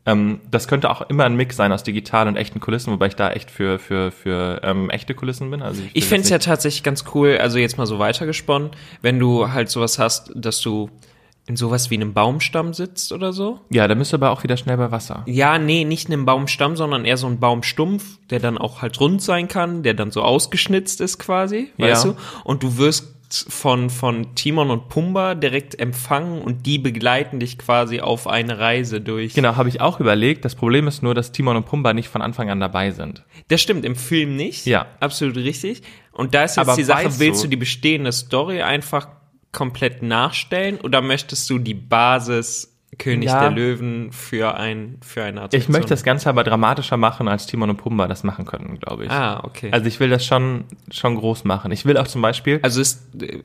Ähm, das könnte auch immer ein Mix sein aus digitalen und echten Kulissen, wobei ich da echt für für für ähm, echte Kulissen bin. Also ich ich finde es ja tatsächlich ganz cool, also jetzt mal so weitergesponnen, wenn du halt sowas hast, dass du in sowas wie einem Baumstamm sitzt oder so. Ja, da bist du aber auch wieder schnell bei Wasser. Ja, nee, nicht in einem Baumstamm, sondern eher so ein Baumstumpf, der dann auch halt rund sein kann, der dann so ausgeschnitzt ist quasi, weißt Ja. du? Und du wirst von, von Timon und Pumba direkt empfangen und die begleiten dich quasi auf eine Reise durch. Genau, habe ich auch überlegt. Das Problem ist nur, dass Timon und Pumba nicht von Anfang an dabei sind. Das stimmt, im Film nicht. Ja. Absolut richtig. Und da ist jetzt Aber die Sache, weißt willst du- du die bestehende Story einfach komplett nachstellen oder möchtest du die Basis König Ja. der Löwen für ein für eine Attraktion? Ich möchte das Ganze aber dramatischer machen, als Timon und Pumba das machen könnten, glaube ich. Ah, okay. Also ich will das schon schon groß machen. Ich will auch zum Beispiel, Also ist,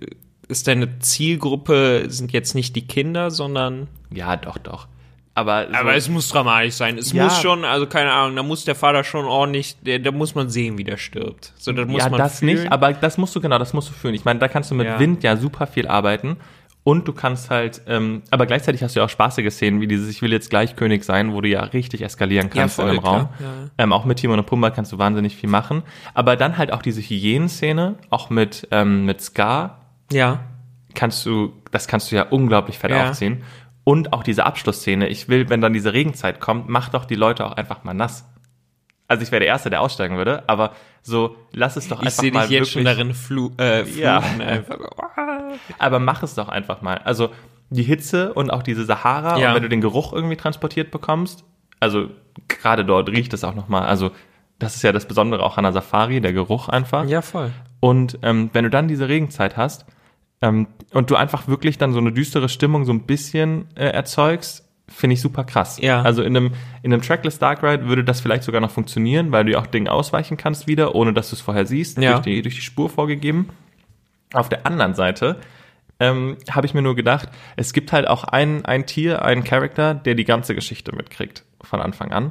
ist deine Zielgruppe, sind jetzt nicht die Kinder, sondern... ja, doch, doch. Aber, so, Aber es muss dramatisch sein. Es Ja. muss schon, also keine Ahnung, da muss der Vater schon ordentlich, der, da muss man sehen, wie der stirbt. So, da muss ja, man das fühlen. nicht, aber das musst du, genau, das musst du fühlen. Ich meine, da kannst du mit Ja. Wind ja super viel arbeiten und du kannst halt, ähm, aber gleichzeitig hast du ja auch spaßige Szenen, wie dieses Ich will jetzt gleich König sein, wo du ja richtig eskalieren kannst Ja, voll, in einem Raum. klar. Ja. Ähm, auch mit Timon und Pumba kannst du wahnsinnig viel machen. Aber dann halt auch diese Hyänen-Szene, auch mit, ähm, mit Scar, Ja. kannst du, das kannst du ja unglaublich fett Ja. aufziehen. Und auch diese Abschlussszene. Ich will, wenn dann diese Regenzeit kommt, mach doch die Leute auch einfach mal nass. Also ich wäre der Erste, der aussteigen würde, aber so, lass es doch Ich einfach sehe mal dich jetzt wirklich, schon darin flu äh, fluten. Ja. Einfach. so, ah. aber mach es doch einfach mal. Also die Hitze und auch diese Sahara, Ja. und wenn du den Geruch irgendwie transportiert bekommst, also gerade dort riecht es auch nochmal, also das ist ja das Besondere auch an der Safari, der Geruch einfach. Ja, voll. Und ähm, wenn du dann diese Regenzeit hast ähm, und du einfach wirklich dann so eine düstere Stimmung so ein bisschen äh, erzeugst, finde ich super krass. Ja. Also in einem, in einem Trackless Dark Ride würde das vielleicht sogar noch funktionieren, weil du ja auch Dingen ausweichen kannst wieder, ohne dass du es vorher siehst, Ja. durch, die, durch die Spur vorgegeben. Auf der anderen Seite ähm, habe ich mir nur gedacht, es gibt halt auch ein, ein Tier, einen Charakter, der die ganze Geschichte mitkriegt von Anfang an.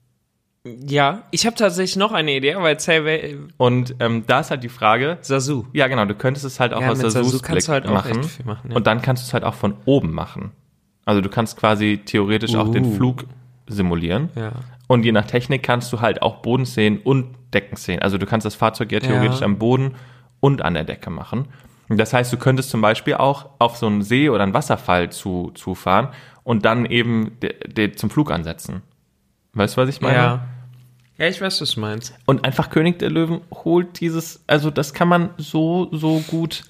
Ja, ich habe tatsächlich noch eine Idee, aber erzähl, wel- Und ähm, da ist halt die Frage, Sasu. ja genau, du könntest es halt auch Ja, aus mit der Sasu Sus kannst Blick du halt auch machen. echt viel machen, ja. Und dann kannst du es halt auch von oben machen. Also du kannst quasi theoretisch auch den Uh. Flug simulieren. Ja. Und je nach Technik kannst du halt auch Bodenszenen und Deckenszenen. Also du kannst das Fahrzeug ja theoretisch Ja. am Boden und an der Decke machen. Und das heißt, du könntest zum Beispiel auch auf so einen See oder einen Wasserfall zu, zufahren und dann eben de, de, zum Flug ansetzen. Weißt du, was ich meine? Ja. Ja, ich weiß, was du meinst. Und einfach König der Löwen holt dieses, also das kann man so, so gut.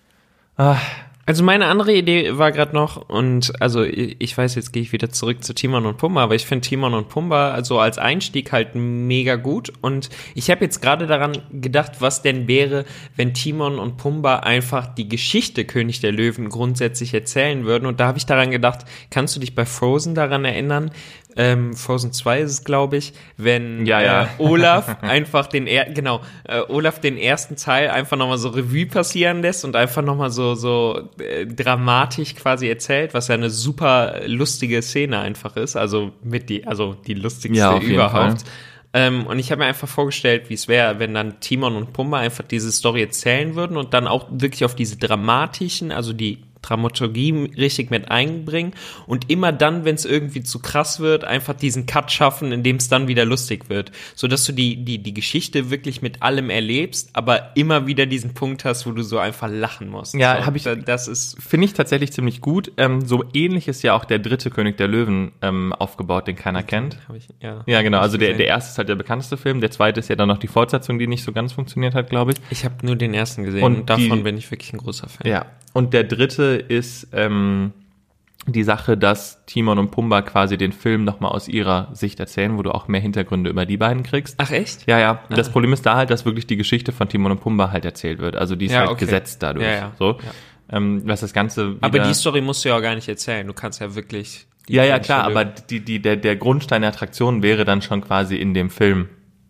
Ah, Also meine andere Idee war gerade noch, und also ich ich weiß, jetzt gehe ich wieder zurück zu Timon und Pumba, aber ich finde Timon und Pumba also als Einstieg halt mega gut. Und ich habe jetzt gerade daran gedacht, was denn wäre, wenn Timon und Pumba einfach die Geschichte König der Löwen grundsätzlich erzählen würden. Und da habe ich daran gedacht, kannst du dich bei Frozen daran erinnern? Ähm, Frozen zwei ist es, glaube ich, wenn Ja, ja. Äh, Olaf einfach den, er genau, äh, Olaf den ersten Teil einfach nochmal so Revue passieren lässt und einfach nochmal so, so äh, dramatisch quasi erzählt, was ja eine super lustige Szene einfach ist, also mit die, also die lustigste Ja, auf jeden überhaupt. Fall. Ähm, und ich habe mir einfach vorgestellt, wie es wäre, wenn dann Timon und Pumba einfach diese Story erzählen würden und dann auch wirklich auf diese dramatischen, also die Dramaturgie richtig mit einbringen und immer dann, wenn es irgendwie zu krass wird, einfach diesen Cut schaffen, in dem es dann wieder lustig wird, sodass du die die die Geschichte wirklich mit allem erlebst, aber immer wieder diesen Punkt hast, wo du so einfach lachen musst. Ja, so, hab ich- da- Das ist Finde ich tatsächlich ziemlich gut. Ähm, so ähnlich ist ja auch der dritte König der Löwen ähm, aufgebaut, den keiner kennt. hab ich, ja, Ja, genau. hab ich Also der, gesehen. der erste ist halt der bekannteste Film. Der zweite ist ja dann noch die Fortsetzung, die nicht so ganz funktioniert hat, glaube ich. Ich habe nur den ersten gesehen Und und, davon die- bin ich wirklich ein großer Fan. Ja. Und der dritte ist ähm, die Sache, dass Timon und Pumba quasi den Film nochmal aus ihrer Sicht erzählen, wo du auch mehr Hintergründe über die beiden kriegst. Ach echt? Ja, ja. Das Problem ist da halt, dass wirklich die Geschichte von Timon und Pumba halt erzählt wird. Also die ist Ja, halt okay. gesetzt dadurch. Ja, ja. So. Ja. Ähm, was das Ganze wieder, Aber die Story musst du ja auch gar nicht erzählen. Du kannst ja wirklich. die Ja, ja, König klar, der aber Löwen- die, die, der, der Grundstein der Attraktion wäre dann schon quasi in dem Film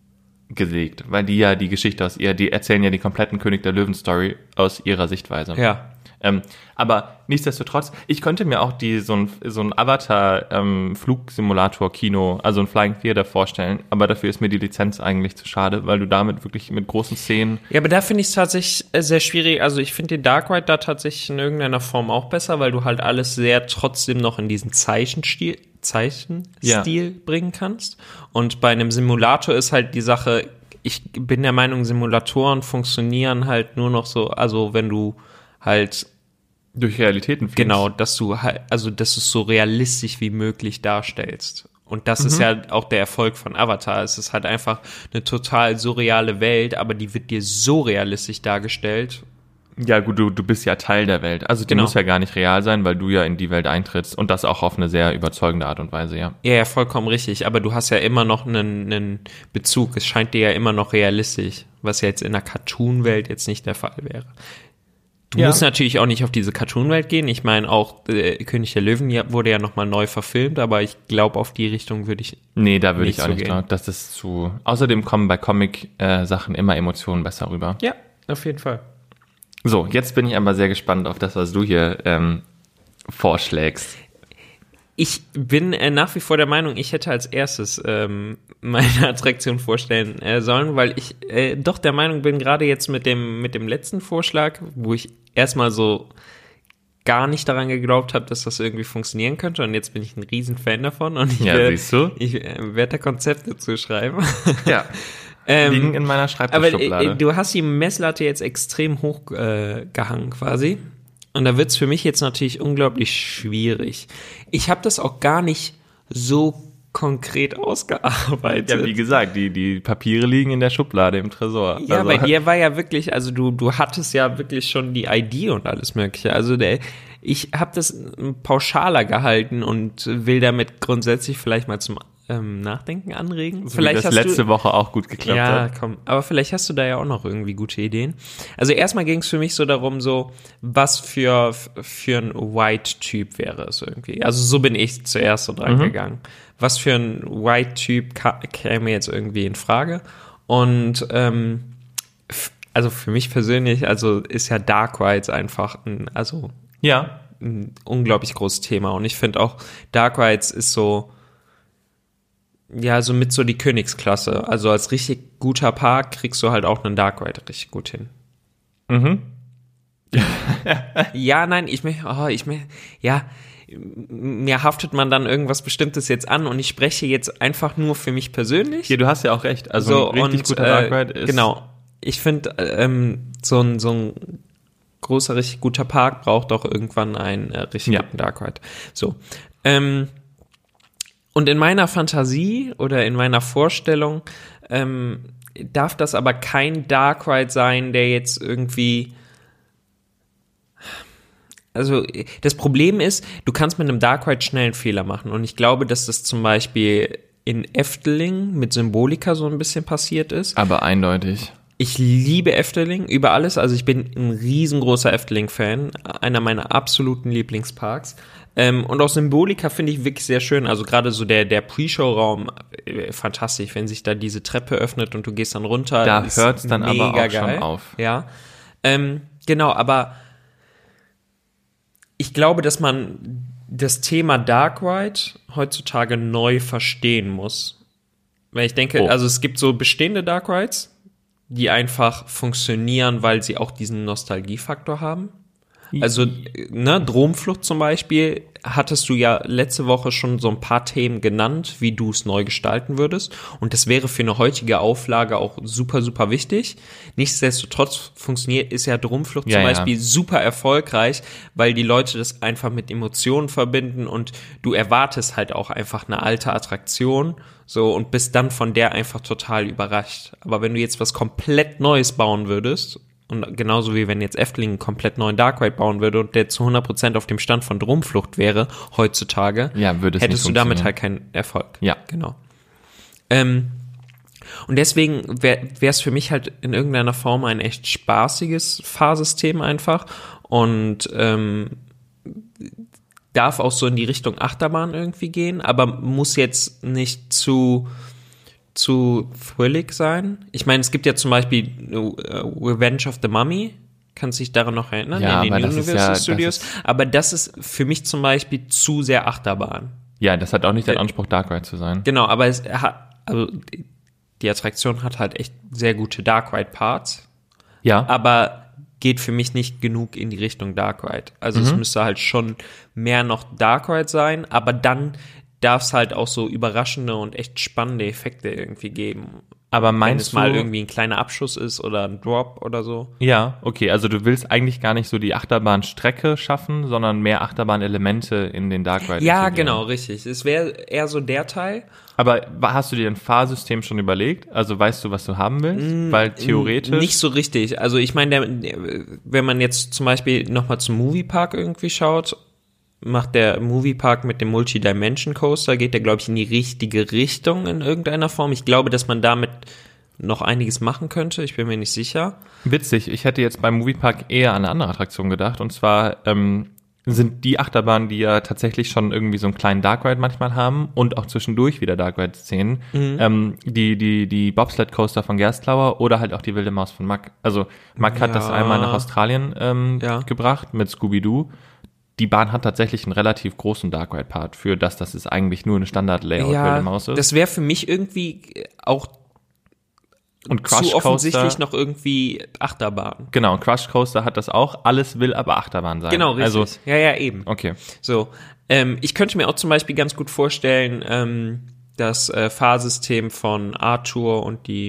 gelegt, weil die ja die Geschichte aus ihr, die erzählen ja die kompletten König der Löwen Story aus ihrer Sichtweise. Ja. Ähm, aber nichtsdestotrotz, ich könnte mir auch die so ein, so ein Avatar-Flugsimulator-Kino, also ein Flying Theater vorstellen, aber dafür ist mir die Lizenz eigentlich zu schade, weil du damit wirklich mit großen Szenen. Ja, aber da finde ich es tatsächlich äh, sehr schwierig. Also ich finde den Dark Ride da tatsächlich in irgendeiner Form auch besser, weil du halt alles sehr trotzdem noch in diesem Zeichenstil Zeichenstil Ja. bringen kannst. Und bei einem Simulator ist halt die Sache, ich bin der Meinung, Simulatoren funktionieren halt nur noch so, also wenn du halt Durch Realitäten fliegst. genau, dass du halt, also dass du es so realistisch wie möglich darstellst. Und das ist ja auch der Erfolg von Avatar. Es ist halt einfach eine total surreale Welt, aber die wird dir so realistisch dargestellt. Ja gut, du, du bist ja Teil der Welt. Also die Genau. muss ja gar nicht real sein, weil du ja in die Welt eintrittst und das auch auf eine sehr überzeugende Art und Weise, ja. Ja, ja, vollkommen richtig. Aber du hast ja immer noch einen, einen Bezug. Es scheint dir ja immer noch realistisch, was ja jetzt in der Cartoon-Welt jetzt nicht der Fall wäre. Du Ja. musst natürlich auch nicht auf diese Cartoon-Welt gehen. Ich meine, auch äh, König der Löwen ja, wurde ja nochmal neu verfilmt, aber ich glaube, auf die Richtung würde ich... Nee, da würde Nicht ich auch so nicht gehen. drauf. Das ist zu. Außerdem kommen bei Comic-Sachen immer Emotionen besser rüber. Ja, auf jeden Fall. So, jetzt bin ich aber sehr gespannt auf das, was du hier ähm, vorschlägst. Ich bin äh, nach wie vor der Meinung, ich hätte als erstes ähm, meine Attraktion vorstellen äh, sollen, weil ich äh, doch der Meinung bin, gerade jetzt mit dem, mit dem letzten Vorschlag, wo ich erstmal so gar nicht daran geglaubt habe, dass das irgendwie funktionieren könnte, und jetzt bin ich ein riesen Fan davon und ich, Ja, werde- siehst du? ich äh, werde da Konzepte zu schreiben. Ja. Ähm, Liegen in meiner Aber Schreibtischschublade. äh, du hast die Messlatte jetzt extrem hoch äh, gehangen quasi. Und da wird's für mich jetzt natürlich unglaublich schwierig. Ich habe das auch gar nicht so konkret ausgearbeitet. Ja, wie gesagt, die, die Papiere liegen in der Schublade im Tresor. Ja, Also- bei dir war ja wirklich, also du, du hattest ja wirklich schon die Idee und alles Mögliche. Also der, ich habe das pauschaler gehalten und will damit grundsätzlich vielleicht mal zum ähm, Nachdenken anregen. So Vielleicht wie das hast letzte du, Woche auch gut geklappt ja, hat. komm, aber vielleicht hast du da ja auch noch irgendwie gute Ideen. Also erstmal ging es für mich so darum, so was für für ein White-Typ wäre es irgendwie. Also so bin ich zuerst so dran Mhm. gegangen. Was für ein White-Typ ka- käme jetzt irgendwie in Frage? Und ähm, f- also für mich persönlich, also ist ja Dark Rides einfach ein, also Ja. ein unglaublich großes Thema. Und ich finde auch, Dark Rides ist so, ja, so mit so die Königsklasse. Also als richtig guter Park kriegst du halt auch einen Dark Ride richtig gut hin. Mhm. Ja, nein, ich mir, oh, ich mir, ja, mir haftet man dann irgendwas Bestimmtes jetzt an und ich spreche jetzt einfach nur für mich persönlich. Ja, du hast ja auch recht. Also so, ein richtig und, guter äh, Dark Ride ist. Genau. Ich finde, ähm, so ein, so ein großer, richtig guter Park braucht auch irgendwann einen äh, richtig Ja. guten Dark Ride. So. Ähm, und in meiner Fantasie oder in meiner Vorstellung ähm, darf das aber kein Dark Ride sein, der jetzt irgendwie. Also das Problem ist, du kannst mit einem Dark Ride schnell einen Fehler machen. Und ich glaube, dass das zum Beispiel in Efteling mit Symbolika so ein bisschen passiert ist. Aber eindeutig. Ich liebe Efteling über alles. Also ich bin ein riesengroßer Efteling-Fan. Einer meiner absoluten Lieblingsparks. Ähm, und auch Symbolika finde ich wirklich sehr schön. Also gerade so der, der Pre-Show-Raum, äh, fantastisch, wenn sich da diese Treppe öffnet und du gehst dann runter. Da ist hört's dann aber mega auch schon geil. auf. Ja, ähm, genau, aber ich glaube, dass man das Thema Dark Ride heutzutage neu verstehen muss. Weil ich denke, Oh. also es gibt so bestehende Dark Rides, die einfach funktionieren, weil sie auch diesen Nostalgiefaktor haben. Also, ne, Dromflucht zum Beispiel, hattest du ja letzte Woche schon so ein paar Themen genannt, wie du es neu gestalten würdest. Und das wäre für eine heutige Auflage auch super, super wichtig. Nichtsdestotrotz funktioniert, ist ja Dromflucht Ja, zum ja. Beispiel super erfolgreich, weil die Leute das einfach mit Emotionen verbinden und du erwartest halt auch einfach eine alte Attraktion, so, und bist dann von der einfach total überrascht. Aber wenn du jetzt was komplett Neues bauen würdest, und genauso wie wenn jetzt Efteling einen komplett neuen Dark Ride bauen würde und der zu hundert Prozent auf dem Stand von Dromflucht wäre, heutzutage, Ja, würde es hättest nicht du damit funktionieren. halt keinen Erfolg. Ja. Genau. Ähm, und deswegen wäre es für mich halt in irgendeiner Form ein echt spaßiges Fahrsystem einfach und ähm, darf auch so in die Richtung Achterbahn irgendwie gehen, aber muss jetzt nicht zu zu thrillig sein. Ich meine, es gibt ja zum Beispiel äh, Revenge of the Mummy. Kannst du dich daran noch erinnern? Ja, in den aber das ist Universal ja- das Studios. ist- Aber das ist für mich zum Beispiel zu sehr Achterbahn. Ja, das hat auch nicht den Anspruch, Dark Ride zu sein. Genau, aber es hat, also die- die Attraktion hat halt echt sehr gute Dark Ride Parts, Ja. aber geht für mich nicht genug in die Richtung Dark Ride. Also es müsste halt schon mehr noch Dark Ride sein, aber dann darf es halt auch so überraschende und echt spannende Effekte irgendwie geben. Aber Wenn meinst es mal du, irgendwie ein kleiner Abschuss ist oder ein Drop oder so. ja, okay, also du willst eigentlich gar nicht so die Achterbahnstrecke schaffen, sondern mehr Achterbahnelemente in den Dark Ride Ja, integrieren. genau, richtig. Es wäre eher so der Teil. Aber hast du dir ein Fahrsystem schon überlegt? Also weißt du, was du haben willst? Weil theoretisch... Nicht so richtig. Also ich meine, der, der, wenn man jetzt zum Beispiel nochmal zum Moviepark irgendwie schaut, macht der Moviepark mit dem Multi-Dimension Coaster, geht der, glaube ich, in die richtige Richtung in irgendeiner Form. Ich glaube, dass man damit noch einiges machen könnte. Ich bin mir nicht sicher. Witzig, ich hätte jetzt beim Moviepark eher an eine andere Attraktion gedacht. Und zwar ähm, sind die Achterbahnen, die ja tatsächlich schon irgendwie so einen kleinen Dark Ride manchmal haben und auch zwischendurch wieder Dark Ride-Szenen, mhm. ähm, die die die Bobsled-Coaster von Gerstlauer oder halt auch die Wilde Maus von Mack. Also Mack ja. hat das einmal nach Australien ähm, ja. gebracht mit Scooby-Doo. Die Bahn hat tatsächlich einen relativ großen Dark Ride Part für das, dass es eigentlich nur eine Standard-Layout ja, Wilde Maus ist. Das wäre für mich irgendwie auch und Crush zu offensichtlich Coaster, noch irgendwie Achterbahn. Genau, und Crush Coaster hat das auch. Alles will aber Achterbahn sein. Genau, richtig. Also, ja, ja, eben. Okay. So, ähm, ich könnte mir auch zum Beispiel ganz gut vorstellen, ähm, das äh, Fahrsystem von Arthur und die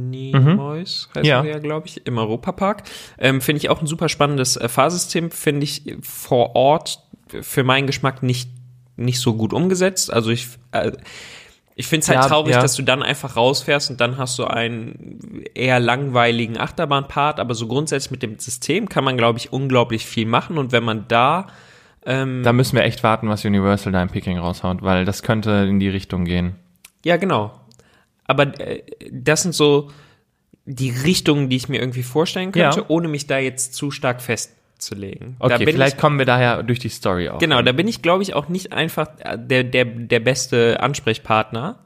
Minimoys, mhm. heißt ja, ja glaube ich, im Europapark. Ähm, finde ich auch ein super spannendes äh, Fahrsystem, finde ich vor Ort für meinen Geschmack nicht, nicht so gut umgesetzt. Also ich, äh, ich finde es halt ja, traurig, ja. dass du dann einfach rausfährst und dann hast du einen eher langweiligen Achterbahnpart, aber so grundsätzlich mit dem System kann man, glaube ich, unglaublich viel machen und wenn man da Ähm, da müssen wir echt warten, was Universal da im Peking raushaut, weil das könnte in die Richtung gehen. Ja, genau. Aber äh, das sind so die Richtungen, die ich mir irgendwie vorstellen könnte, ja. ohne mich da jetzt zu stark festzulegen. Okay, da bin vielleicht ich, kommen wir daher durch die Story auch. Genau, da bin ich, glaube ich, auch nicht einfach der, der, der beste Ansprechpartner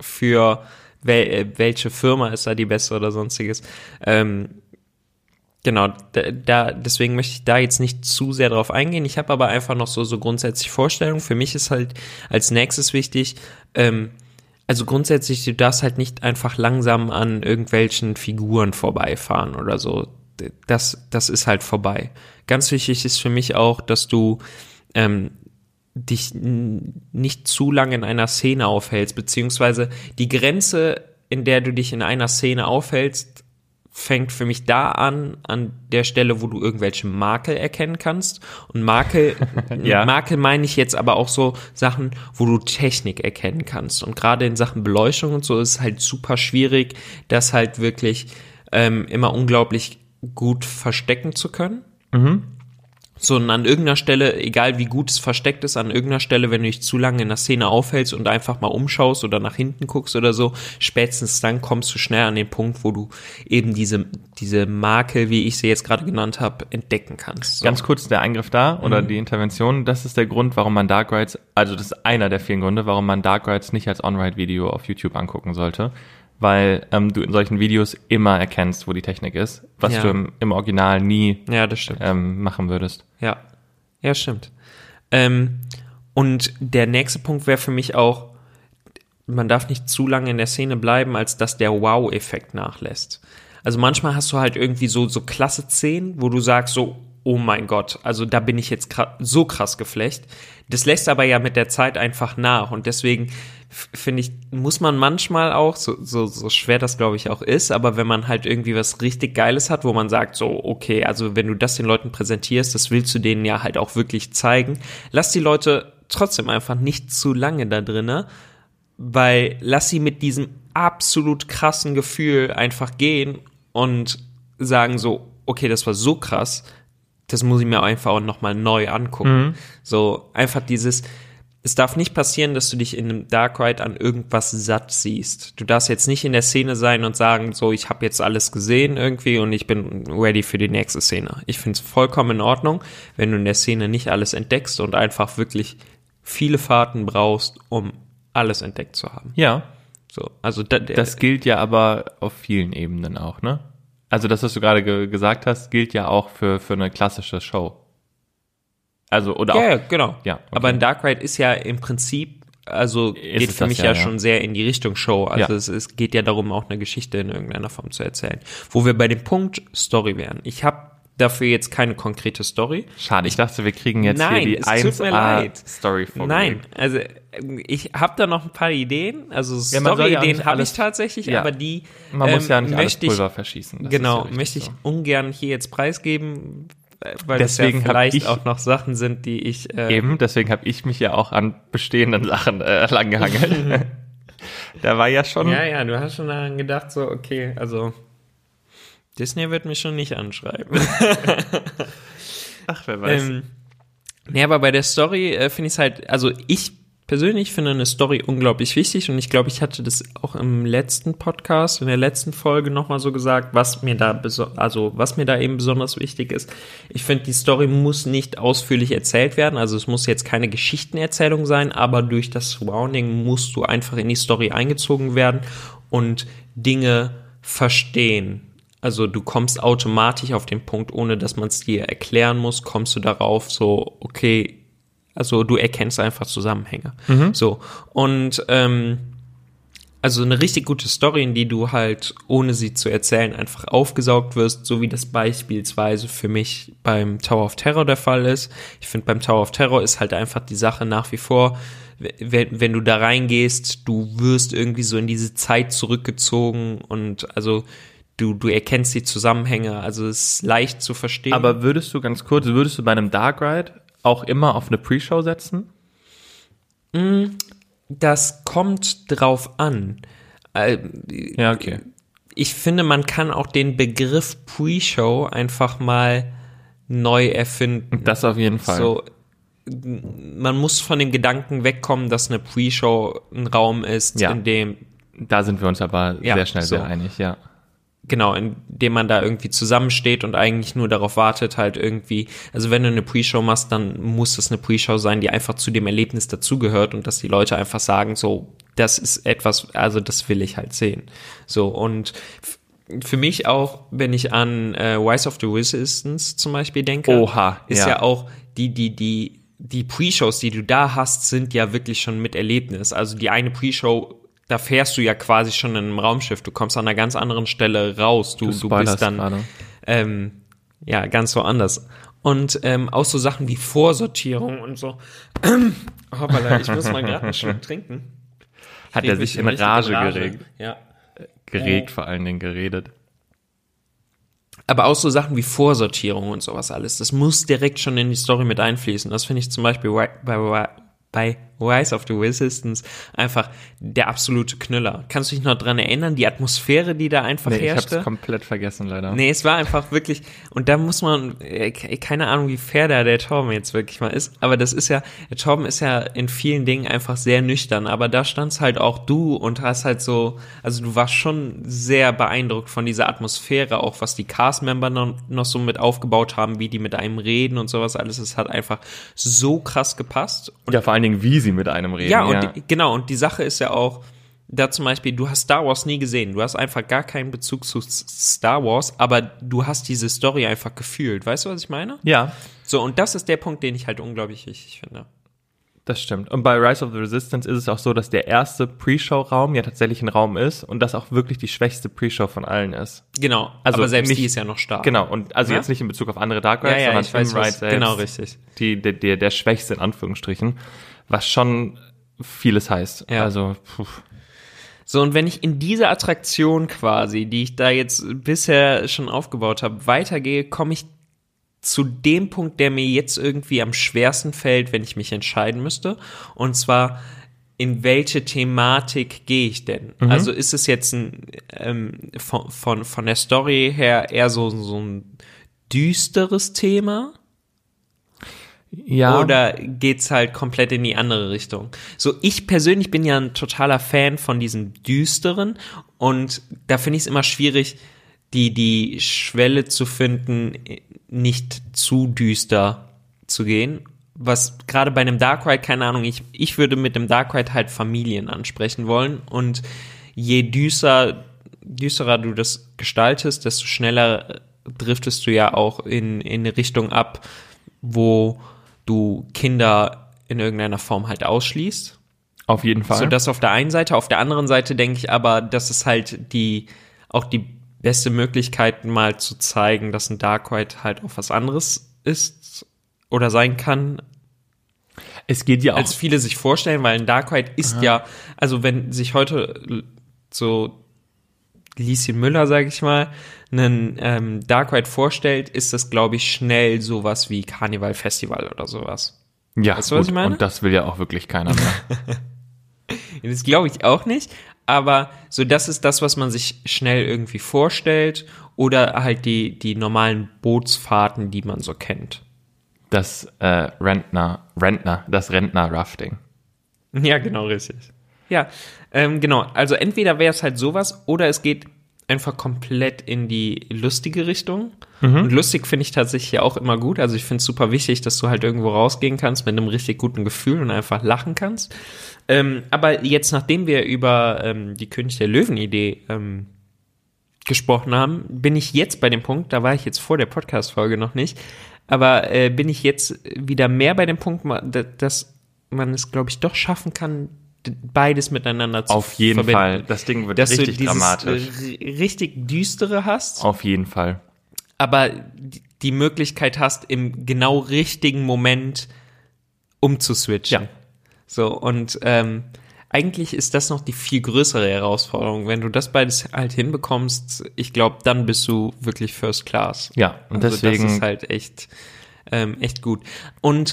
für wel, welche Firma ist da die beste oder sonstiges. Ähm, Genau, da, da, deswegen möchte ich da jetzt nicht zu sehr drauf eingehen. Ich habe aber einfach noch so, so grundsätzlich Vorstellungen. Für mich ist halt als nächstes wichtig, ähm, also grundsätzlich, du darfst halt nicht einfach langsam an irgendwelchen Figuren vorbeifahren oder so. Das, das ist halt vorbei. Ganz wichtig ist für mich auch, dass du ähm, dich n- nicht zu lange in einer Szene aufhältst, beziehungsweise die Grenze, in der du dich in einer Szene aufhältst, fängt für mich da an, an der Stelle, wo du irgendwelche Makel erkennen kannst. Und Makel, ja. Makel meine ich jetzt aber auch so Sachen, wo du Technik erkennen kannst. Und gerade in Sachen Beleuchtung und so ist es halt super schwierig, das halt wirklich ähm, immer unglaublich gut verstecken zu können. Mhm. So, und an irgendeiner Stelle, egal wie gut es versteckt ist, an irgendeiner Stelle, wenn du dich zu lange in der Szene aufhältst und einfach mal umschaust oder nach hinten guckst oder so, spätestens dann kommst du schnell an den Punkt, wo du eben diese, diese Makel, wie ich sie jetzt gerade genannt habe, entdecken kannst. So. Ganz kurz der Eingriff da oder Mhm. die Intervention, das ist der Grund, warum man Dark Rides, also das ist einer der vielen Gründe, warum man Dark Rides nicht als On-Ride-Video auf YouTube angucken sollte. Weil ähm, du in solchen Videos immer erkennst, wo die Technik ist, was Ja. du im, im Original nie Ja, das stimmt. ähm, machen würdest. Ja, ja, stimmt. Ähm, und der nächste Punkt wäre für mich auch, man darf nicht zu lange in der Szene bleiben, als dass der Wow-Effekt nachlässt. Also manchmal hast du halt irgendwie so, so klasse Szenen, wo du sagst so, oh mein Gott, also da bin ich jetzt kr- so krass geflecht. Das lässt aber ja mit der Zeit einfach nach und deswegen f- finde ich, muss man manchmal auch, so, so, so schwer das glaube ich auch ist, aber wenn man halt irgendwie was richtig Geiles hat, wo man sagt so, okay, also wenn du das den Leuten präsentierst, das willst du denen ja halt auch wirklich zeigen, lass die Leute trotzdem einfach nicht zu lange da drinne, weil lass sie mit diesem absolut krassen Gefühl einfach gehen und sagen so, okay, das war so krass, das muss ich mir einfach auch nochmal neu angucken. Mhm. So einfach dieses, es darf nicht passieren, dass du dich in einem Dark Ride an irgendwas satt siehst. Du darfst jetzt nicht in der Szene sein und sagen, so, ich habe jetzt alles gesehen irgendwie und ich bin ready für die nächste Szene. Ich finde es vollkommen in Ordnung, wenn du in der Szene nicht alles entdeckst und einfach wirklich viele Fahrten brauchst, um alles entdeckt zu haben. Ja. So, also da, Das gilt ja aber auf vielen Ebenen auch, ne? Also das, was du gerade ge- gesagt hast, gilt ja auch für, für eine klassische Show. Also, oder ja, auch. ja, genau. Ja, okay. Aber ein Dark Ride ist ja im Prinzip, also Ist geht es für das mich ja, ja, ja. schon sehr in die Richtung Show. Also Ja. es, es geht ja darum, auch eine Geschichte in irgendeiner Form zu erzählen. Wo wir bei dem Punkt Story wären. Ich habe dafür jetzt keine konkrete Story. Schade, ich dachte, wir kriegen jetzt Nein, hier die es tut mir leid. Story vorgelegt. Nein, also ich habe da noch ein paar Ideen, also Ja, man soll ja auch Story-Ideen nicht habe ich alles- tatsächlich, ja. aber die Man muss ähm, ja nicht alles möchte ich, Pulver verschießen. Das genau, ist ja möchte ich richtig ungern hier jetzt preisgeben, weil Deswegen das hab ja vielleicht ich- auch noch Sachen sind, die ich so. äh, Eben, deswegen habe ich mich ja auch an bestehenden Sachen äh, langgehangelt. Da war ja schon... Ja, ja, du hast schon daran gedacht, so, okay, also Disney wird mich schon nicht anschreiben. Ach, wer weiß. ähm, nee, aber bei der Story äh, finde ich es halt, also ich persönlich finde eine Story unglaublich wichtig und ich glaube, ich hatte das auch im letzten Podcast, in der letzten Folge nochmal so gesagt, was mir da beso- also was mir da eben besonders wichtig ist. Ich finde, die Story muss nicht ausführlich erzählt werden, also es muss jetzt keine Geschichtenerzählung sein, aber durch das Surrounding musst du einfach in die Story eingezogen werden und Dinge verstehen. Also du kommst automatisch auf den Punkt, ohne dass man es dir erklären muss, kommst du darauf so, okay, also du erkennst einfach Zusammenhänge. Mhm. So, und ähm, also eine richtig gute Story, in die du halt, ohne sie zu erzählen, einfach aufgesaugt wirst, so wie das beispielsweise für mich beim Tower of Terror der Fall ist. Ich finde, beim Tower of Terror ist halt einfach die Sache nach wie vor, wenn, wenn du da reingehst, du wirst irgendwie so in diese Zeit zurückgezogen und also du, du erkennst die Zusammenhänge, also es ist leicht zu verstehen. Aber würdest du, ganz kurz, würdest du bei einem Dark Ride auch immer auf eine Pre-Show setzen? Das kommt drauf an. Äh, Ja, okay. Ich finde, man kann auch den Begriff Pre-Show einfach mal neu erfinden. Das auf jeden Fall. So, man muss von dem Gedanken wegkommen, dass eine Pre-Show ein Raum ist, Ja. in dem Da sind wir uns aber Ja, sehr schnell so. sehr einig, ja. Genau, in dem man da irgendwie zusammensteht und eigentlich nur darauf wartet, halt irgendwie, also wenn du eine Pre-Show machst, dann muss es eine Pre-Show sein, die einfach zu dem Erlebnis dazugehört und dass die Leute einfach sagen, so, das ist etwas, also das will ich halt sehen. So, und f- für mich auch, wenn ich an äh, Rise of the Resistance zum Beispiel denke, Oha, ist ja. ja auch die, die, die, die Pre-Shows, die du da hast, sind ja wirklich schon mit Erlebnis. Also die eine Pre-Show, da fährst du ja quasi schon in einem Raumschiff. Du kommst an einer ganz anderen Stelle raus. Du, Du du, spoilerst bist dann gerade. ähm, ja ganz woanders. Und ähm, auch so Sachen wie Vorsortierung und so. Hoppala, ich muss mal gerade einen Schluck trinken. Hat Krieg er mich sich in richtig Rage, Rage. geregt. Ja. Geregt vor allen Dingen, geredet. Aber auch so Sachen wie Vorsortierung und sowas alles. Das muss direkt schon in die Story mit einfließen. Das finde ich zum Beispiel bei, bei, bei Rise of the Resistance einfach der absolute Knüller. Kannst du dich noch dran erinnern, die Atmosphäre, die da einfach Nee, ich herrschte? hab's komplett vergessen, leider. Nee, es war einfach wirklich, und da muss man, äh, keine Ahnung, wie fair da der Torben jetzt wirklich mal ist, aber das ist ja, der Torben ist ja in vielen Dingen einfach sehr nüchtern, aber da standst halt auch du und hast halt so, also du warst schon sehr beeindruckt von dieser Atmosphäre, auch was die Cast-Member noch, noch so mit aufgebaut haben, wie die mit einem reden und sowas alles, es hat einfach so krass gepasst. Und ja, vor allen Dingen, wie sie mit einem reden. Ja, und Die, genau, und die Sache ist ja auch, da zum Beispiel, du hast Star Wars nie gesehen, du hast einfach gar keinen Bezug zu Star Wars, aber du hast diese Story einfach gefühlt, weißt du, was ich meine? Ja, So, und das ist der Punkt, den ich halt unglaublich wichtig finde. das stimmt. Und bei Rise of the Resistance ist es auch so, dass der erste Pre-Show-Raum ja tatsächlich ein Raum ist und das auch wirklich die schwächste Pre-Show von allen ist. Genau, Also aber selbst nicht- die ist ja noch stark. Genau, und also Ja? jetzt nicht in Bezug auf andere Dark Ja, Rides, ja, sondern ich weiß, im Ride was, selbst. genau, richtig. Die, der, der, der schwächste in Anführungsstrichen, was schon vieles heißt. Ja. Also, puh. So, und wenn ich in diese Attraktion quasi, die ich da jetzt bisher schon aufgebaut habe, weitergehe, komme ich zu dem Punkt, der mir jetzt irgendwie am schwersten fällt, wenn ich mich entscheiden müsste. Und zwar, in welche Thematik gehe ich denn? Mhm. Also ist es jetzt ein, ähm, von, von, von der Story her eher so, so ein düsteres Thema? Ja. Oder geht's halt komplett in die andere Richtung? So, ich persönlich bin ja ein totaler Fan von diesem Düsteren und da finde ich es immer schwierig, die, die Schwelle zu finden, nicht zu düster zu gehen. Was gerade bei einem Dark Ride, keine Ahnung, ich, ich würde mit dem Dark Ride halt Familien ansprechen wollen und je düster, düsterer du das gestaltest, desto schneller driftest du ja auch in, in eine Richtung ab, wo du Kinder in irgendeiner Form halt ausschließt. Auf jeden Fall. So das auf der einen Seite. Auf der anderen Seite denke ich aber, dass es halt die, auch die beste Möglichkeit, mal zu zeigen, dass ein Darkrai halt auch was anderes ist oder sein kann, es geht ja auch, als viele sich vorstellen, weil ein Darkrai ist Aha. ja, also wenn sich heute so Lieschen Müller, sag ich mal, einen ähm, Darkrai vorstellt, ist das, glaube ich, schnell sowas wie Karneval Festival oder sowas. Ja, weißt du, gut, was ich meine? Und das will ja auch wirklich keiner mehr. Das glaube ich auch nicht, aber so das ist das, was man sich schnell irgendwie vorstellt oder halt die, die normalen Bootsfahrten, die man so kennt. Das äh, Rentner, Rentner, das Rentner-Rafting. Ja, genau, richtig. Ja, ähm, genau, also entweder wäre es halt sowas oder es geht einfach komplett in die lustige Richtung. Mhm. Und lustig finde ich tatsächlich ja auch immer gut. Also ich finde es super wichtig, dass du halt irgendwo rausgehen kannst mit einem richtig guten Gefühl und einfach lachen kannst. Ähm, aber jetzt, nachdem wir über ähm, die König der Löwen-Idee ähm, gesprochen haben, bin ich jetzt bei dem Punkt, da war ich jetzt vor der Podcast-Folge noch nicht, aber äh, bin ich jetzt wieder mehr bei dem Punkt, dass man es, glaube ich, doch schaffen kann, beides miteinander zu Auf jeden verbinden. Fall. Das Ding wird dass richtig du dieses, dramatisch. Äh, richtig düstere hast. Auf jeden Fall. Aber die Möglichkeit hast, im genau richtigen Moment umzuswitchen. Ja. So, und ähm, eigentlich ist das noch die viel größere Herausforderung. Wenn du das beides halt hinbekommst, ich glaube, dann bist du wirklich First Class. Ja, und also deswegen. Das ist halt echt, ähm, echt gut. Und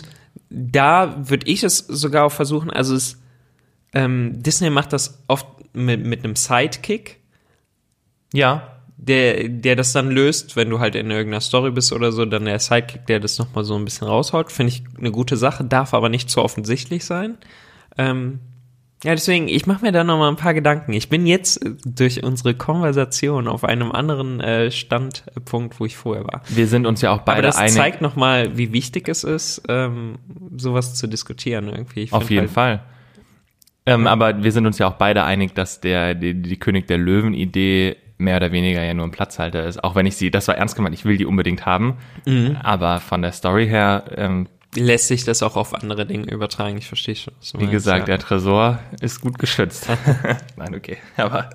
da würde ich es sogar auch versuchen, also es Ähm, Disney macht das oft mit, mit einem Sidekick. Ja. Der, der das dann löst, wenn du halt in irgendeiner Story bist oder so, dann der Sidekick, der das nochmal so ein bisschen raushaut. Finde ich eine gute Sache, darf aber nicht zu offensichtlich sein. Ähm, ja, deswegen, ich mache mir da nochmal ein paar Gedanken. Ich bin jetzt durch unsere Konversation auf einem anderen äh, Standpunkt, wo ich vorher war. Wir sind uns ja auch beide einig. Aber das einig. zeigt nochmal, wie wichtig es ist, ähm, sowas zu diskutieren irgendwie. Ich auf jeden halt, Fall. Ähm, aber wir sind uns ja auch beide einig, dass der die, die König der Löwen-Idee mehr oder weniger ja nur ein Platzhalter ist. Auch wenn ich sie, das war ernst gemeint, ich will die unbedingt haben. Mhm. Aber von der Story her ähm, lässt sich das auch auf andere Dinge übertragen. Ich verstehe schon. Was du wie meinst, gesagt, ja. Der Tresor ist gut geschützt. Nein, okay. Aber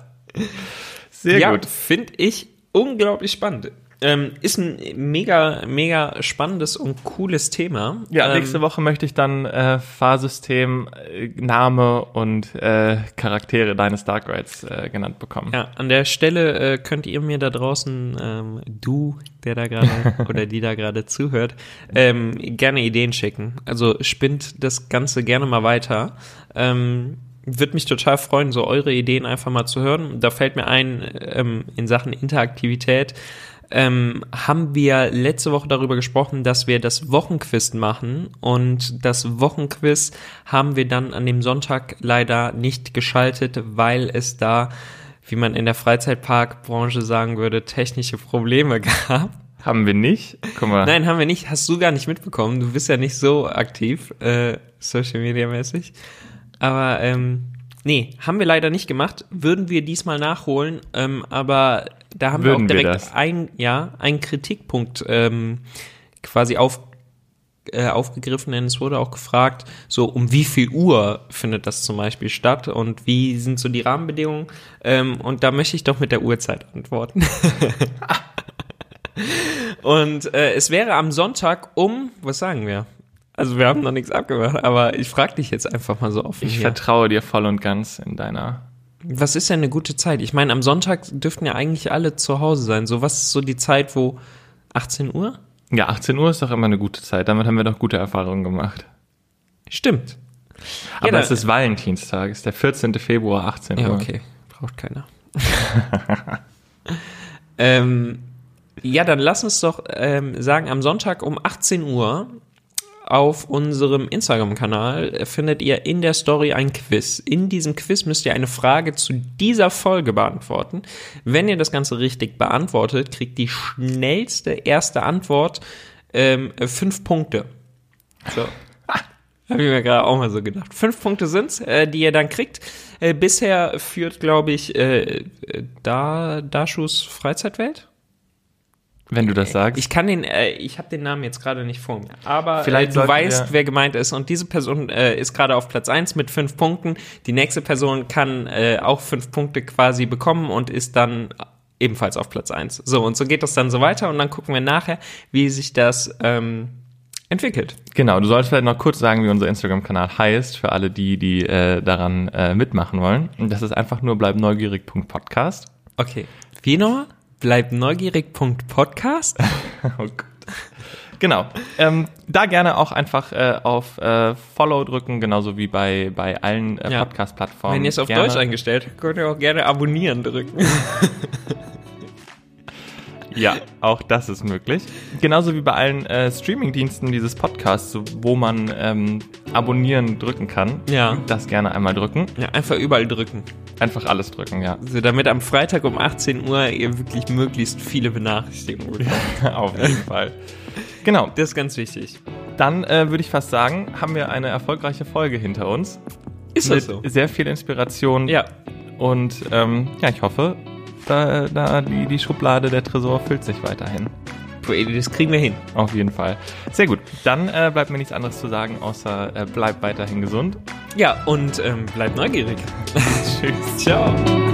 sehr ja, gut. Finde ich unglaublich spannend. Ähm, ist ein mega, mega spannendes und cooles Thema. Ja, ähm, nächste Woche möchte ich dann äh, Fahrsystem, äh, Name und äh, Charaktere deines Darkraids äh, genannt bekommen. Ja, an der Stelle äh, könnt ihr mir da draußen, ähm, du, der da gerade oder die da gerade zuhört, ähm, gerne Ideen schicken. Also spinnt das Ganze gerne mal weiter. Ähm, Würde mich total freuen, so eure Ideen einfach mal zu hören. Da fällt mir ein, ähm, in Sachen Interaktivität, Ähm, haben wir letzte Woche darüber gesprochen, dass wir das Wochenquiz machen, und das Wochenquiz haben wir dann an dem Sonntag leider nicht geschaltet, weil es da, wie man in der Freizeitparkbranche sagen würde, technische Probleme gab. Haben wir nicht? Guck mal. Nein, haben wir nicht. Hast du gar nicht mitbekommen. Du bist ja nicht so aktiv, äh, Social Media mäßig. Aber ähm, nee, haben wir leider nicht gemacht. Würden wir diesmal nachholen, ähm, aber da haben Würden wir auch wir direkt ein, ja, einen Kritikpunkt ähm, quasi auf, äh, aufgegriffen, denn es wurde auch gefragt, so um wie viel Uhr findet das zum Beispiel statt und wie sind so die Rahmenbedingungen, ähm, und da möchte ich doch mit der Uhrzeit antworten. Und äh, es wäre am Sonntag um, was sagen wir? Also wir haben noch nichts abgemacht, aber ich frage dich jetzt einfach mal so offen. Ich hier. vertraue dir voll und ganz in deiner... Was ist denn eine gute Zeit? Ich meine, am Sonntag dürften ja eigentlich alle zu Hause sein. So, was ist so die Zeit, wo achtzehn Uhr? Ja, achtzehn Uhr ist doch immer eine gute Zeit. Damit haben wir doch gute Erfahrungen gemacht. Stimmt. Aber ja, es ist Valentinstag, es ist der vierzehnten Februar, achtzehn Uhr. Ja, okay. Braucht keiner. ähm, ja, dann lass uns doch ähm, sagen, am Sonntag um achtzehn Uhr auf unserem Instagram-Kanal findet ihr in der Story ein Quiz. In diesem Quiz müsst ihr eine Frage zu dieser Folge beantworten. Wenn ihr das Ganze richtig beantwortet, kriegt die schnellste erste Antwort ähm, fünf Punkte. So. Habe ich mir gerade auch mal so gedacht. Fünf Punkte sind's, äh, die ihr dann kriegt. Äh, bisher führt, glaube ich, äh, da Dashus Freizeitwelt. Wenn du das sagst. Ich kann den, äh, ich habe den Namen jetzt gerade nicht vor mir, aber Vielleicht äh, du weißt, wir... wer gemeint ist, und diese Person äh, ist gerade auf Platz eins mit fünf Punkten. Die nächste Person kann äh, auch fünf Punkte quasi bekommen und ist dann ebenfalls auf Platz eins. So, und so geht das dann so weiter und dann gucken wir nachher, wie sich das ähm, entwickelt. Genau, du solltest vielleicht noch kurz sagen, wie unser Instagram-Kanal heißt, für alle die, die äh, daran äh, mitmachen wollen. Und das ist einfach nur bleibneugierig Punkt podcast. Okay, wie nochmal? bleibneugierig Punkt podcast? Oh Gott. Genau, ähm, da gerne auch einfach äh, auf äh, Follow drücken, genauso wie bei, bei allen äh, Ja. Podcast-Plattformen. Wenn ihr es auf gerne. Deutsch eingestellt habt, könnt ihr auch gerne abonnieren drücken. Ja, auch das ist möglich. Genauso wie bei allen äh, Streaming-Diensten dieses Podcasts, so, wo man ähm, abonnieren drücken kann. Ja. Das gerne einmal drücken. Ja, einfach überall drücken. Einfach alles drücken, ja. Also damit am Freitag um achtzehn Uhr ihr wirklich möglichst viele Benachrichtigungen bekommt. Auf jeden Fall. Genau, Das ist ganz wichtig. dann äh, würde ich fast sagen, haben wir eine erfolgreiche Folge hinter uns. Ist mit das so? sehr viel Inspiration. Ja. Und ähm, ja, ich hoffe, da, da die, die Schublade der Tresor füllt sich weiterhin. Puh, ey, das kriegen wir hin. Auf jeden Fall. Sehr gut. Dann äh, bleibt mir nichts anderes zu sagen, außer äh, bleibt weiterhin gesund. Ja, und ähm, bleibt neugierig. Tschüss. Ciao.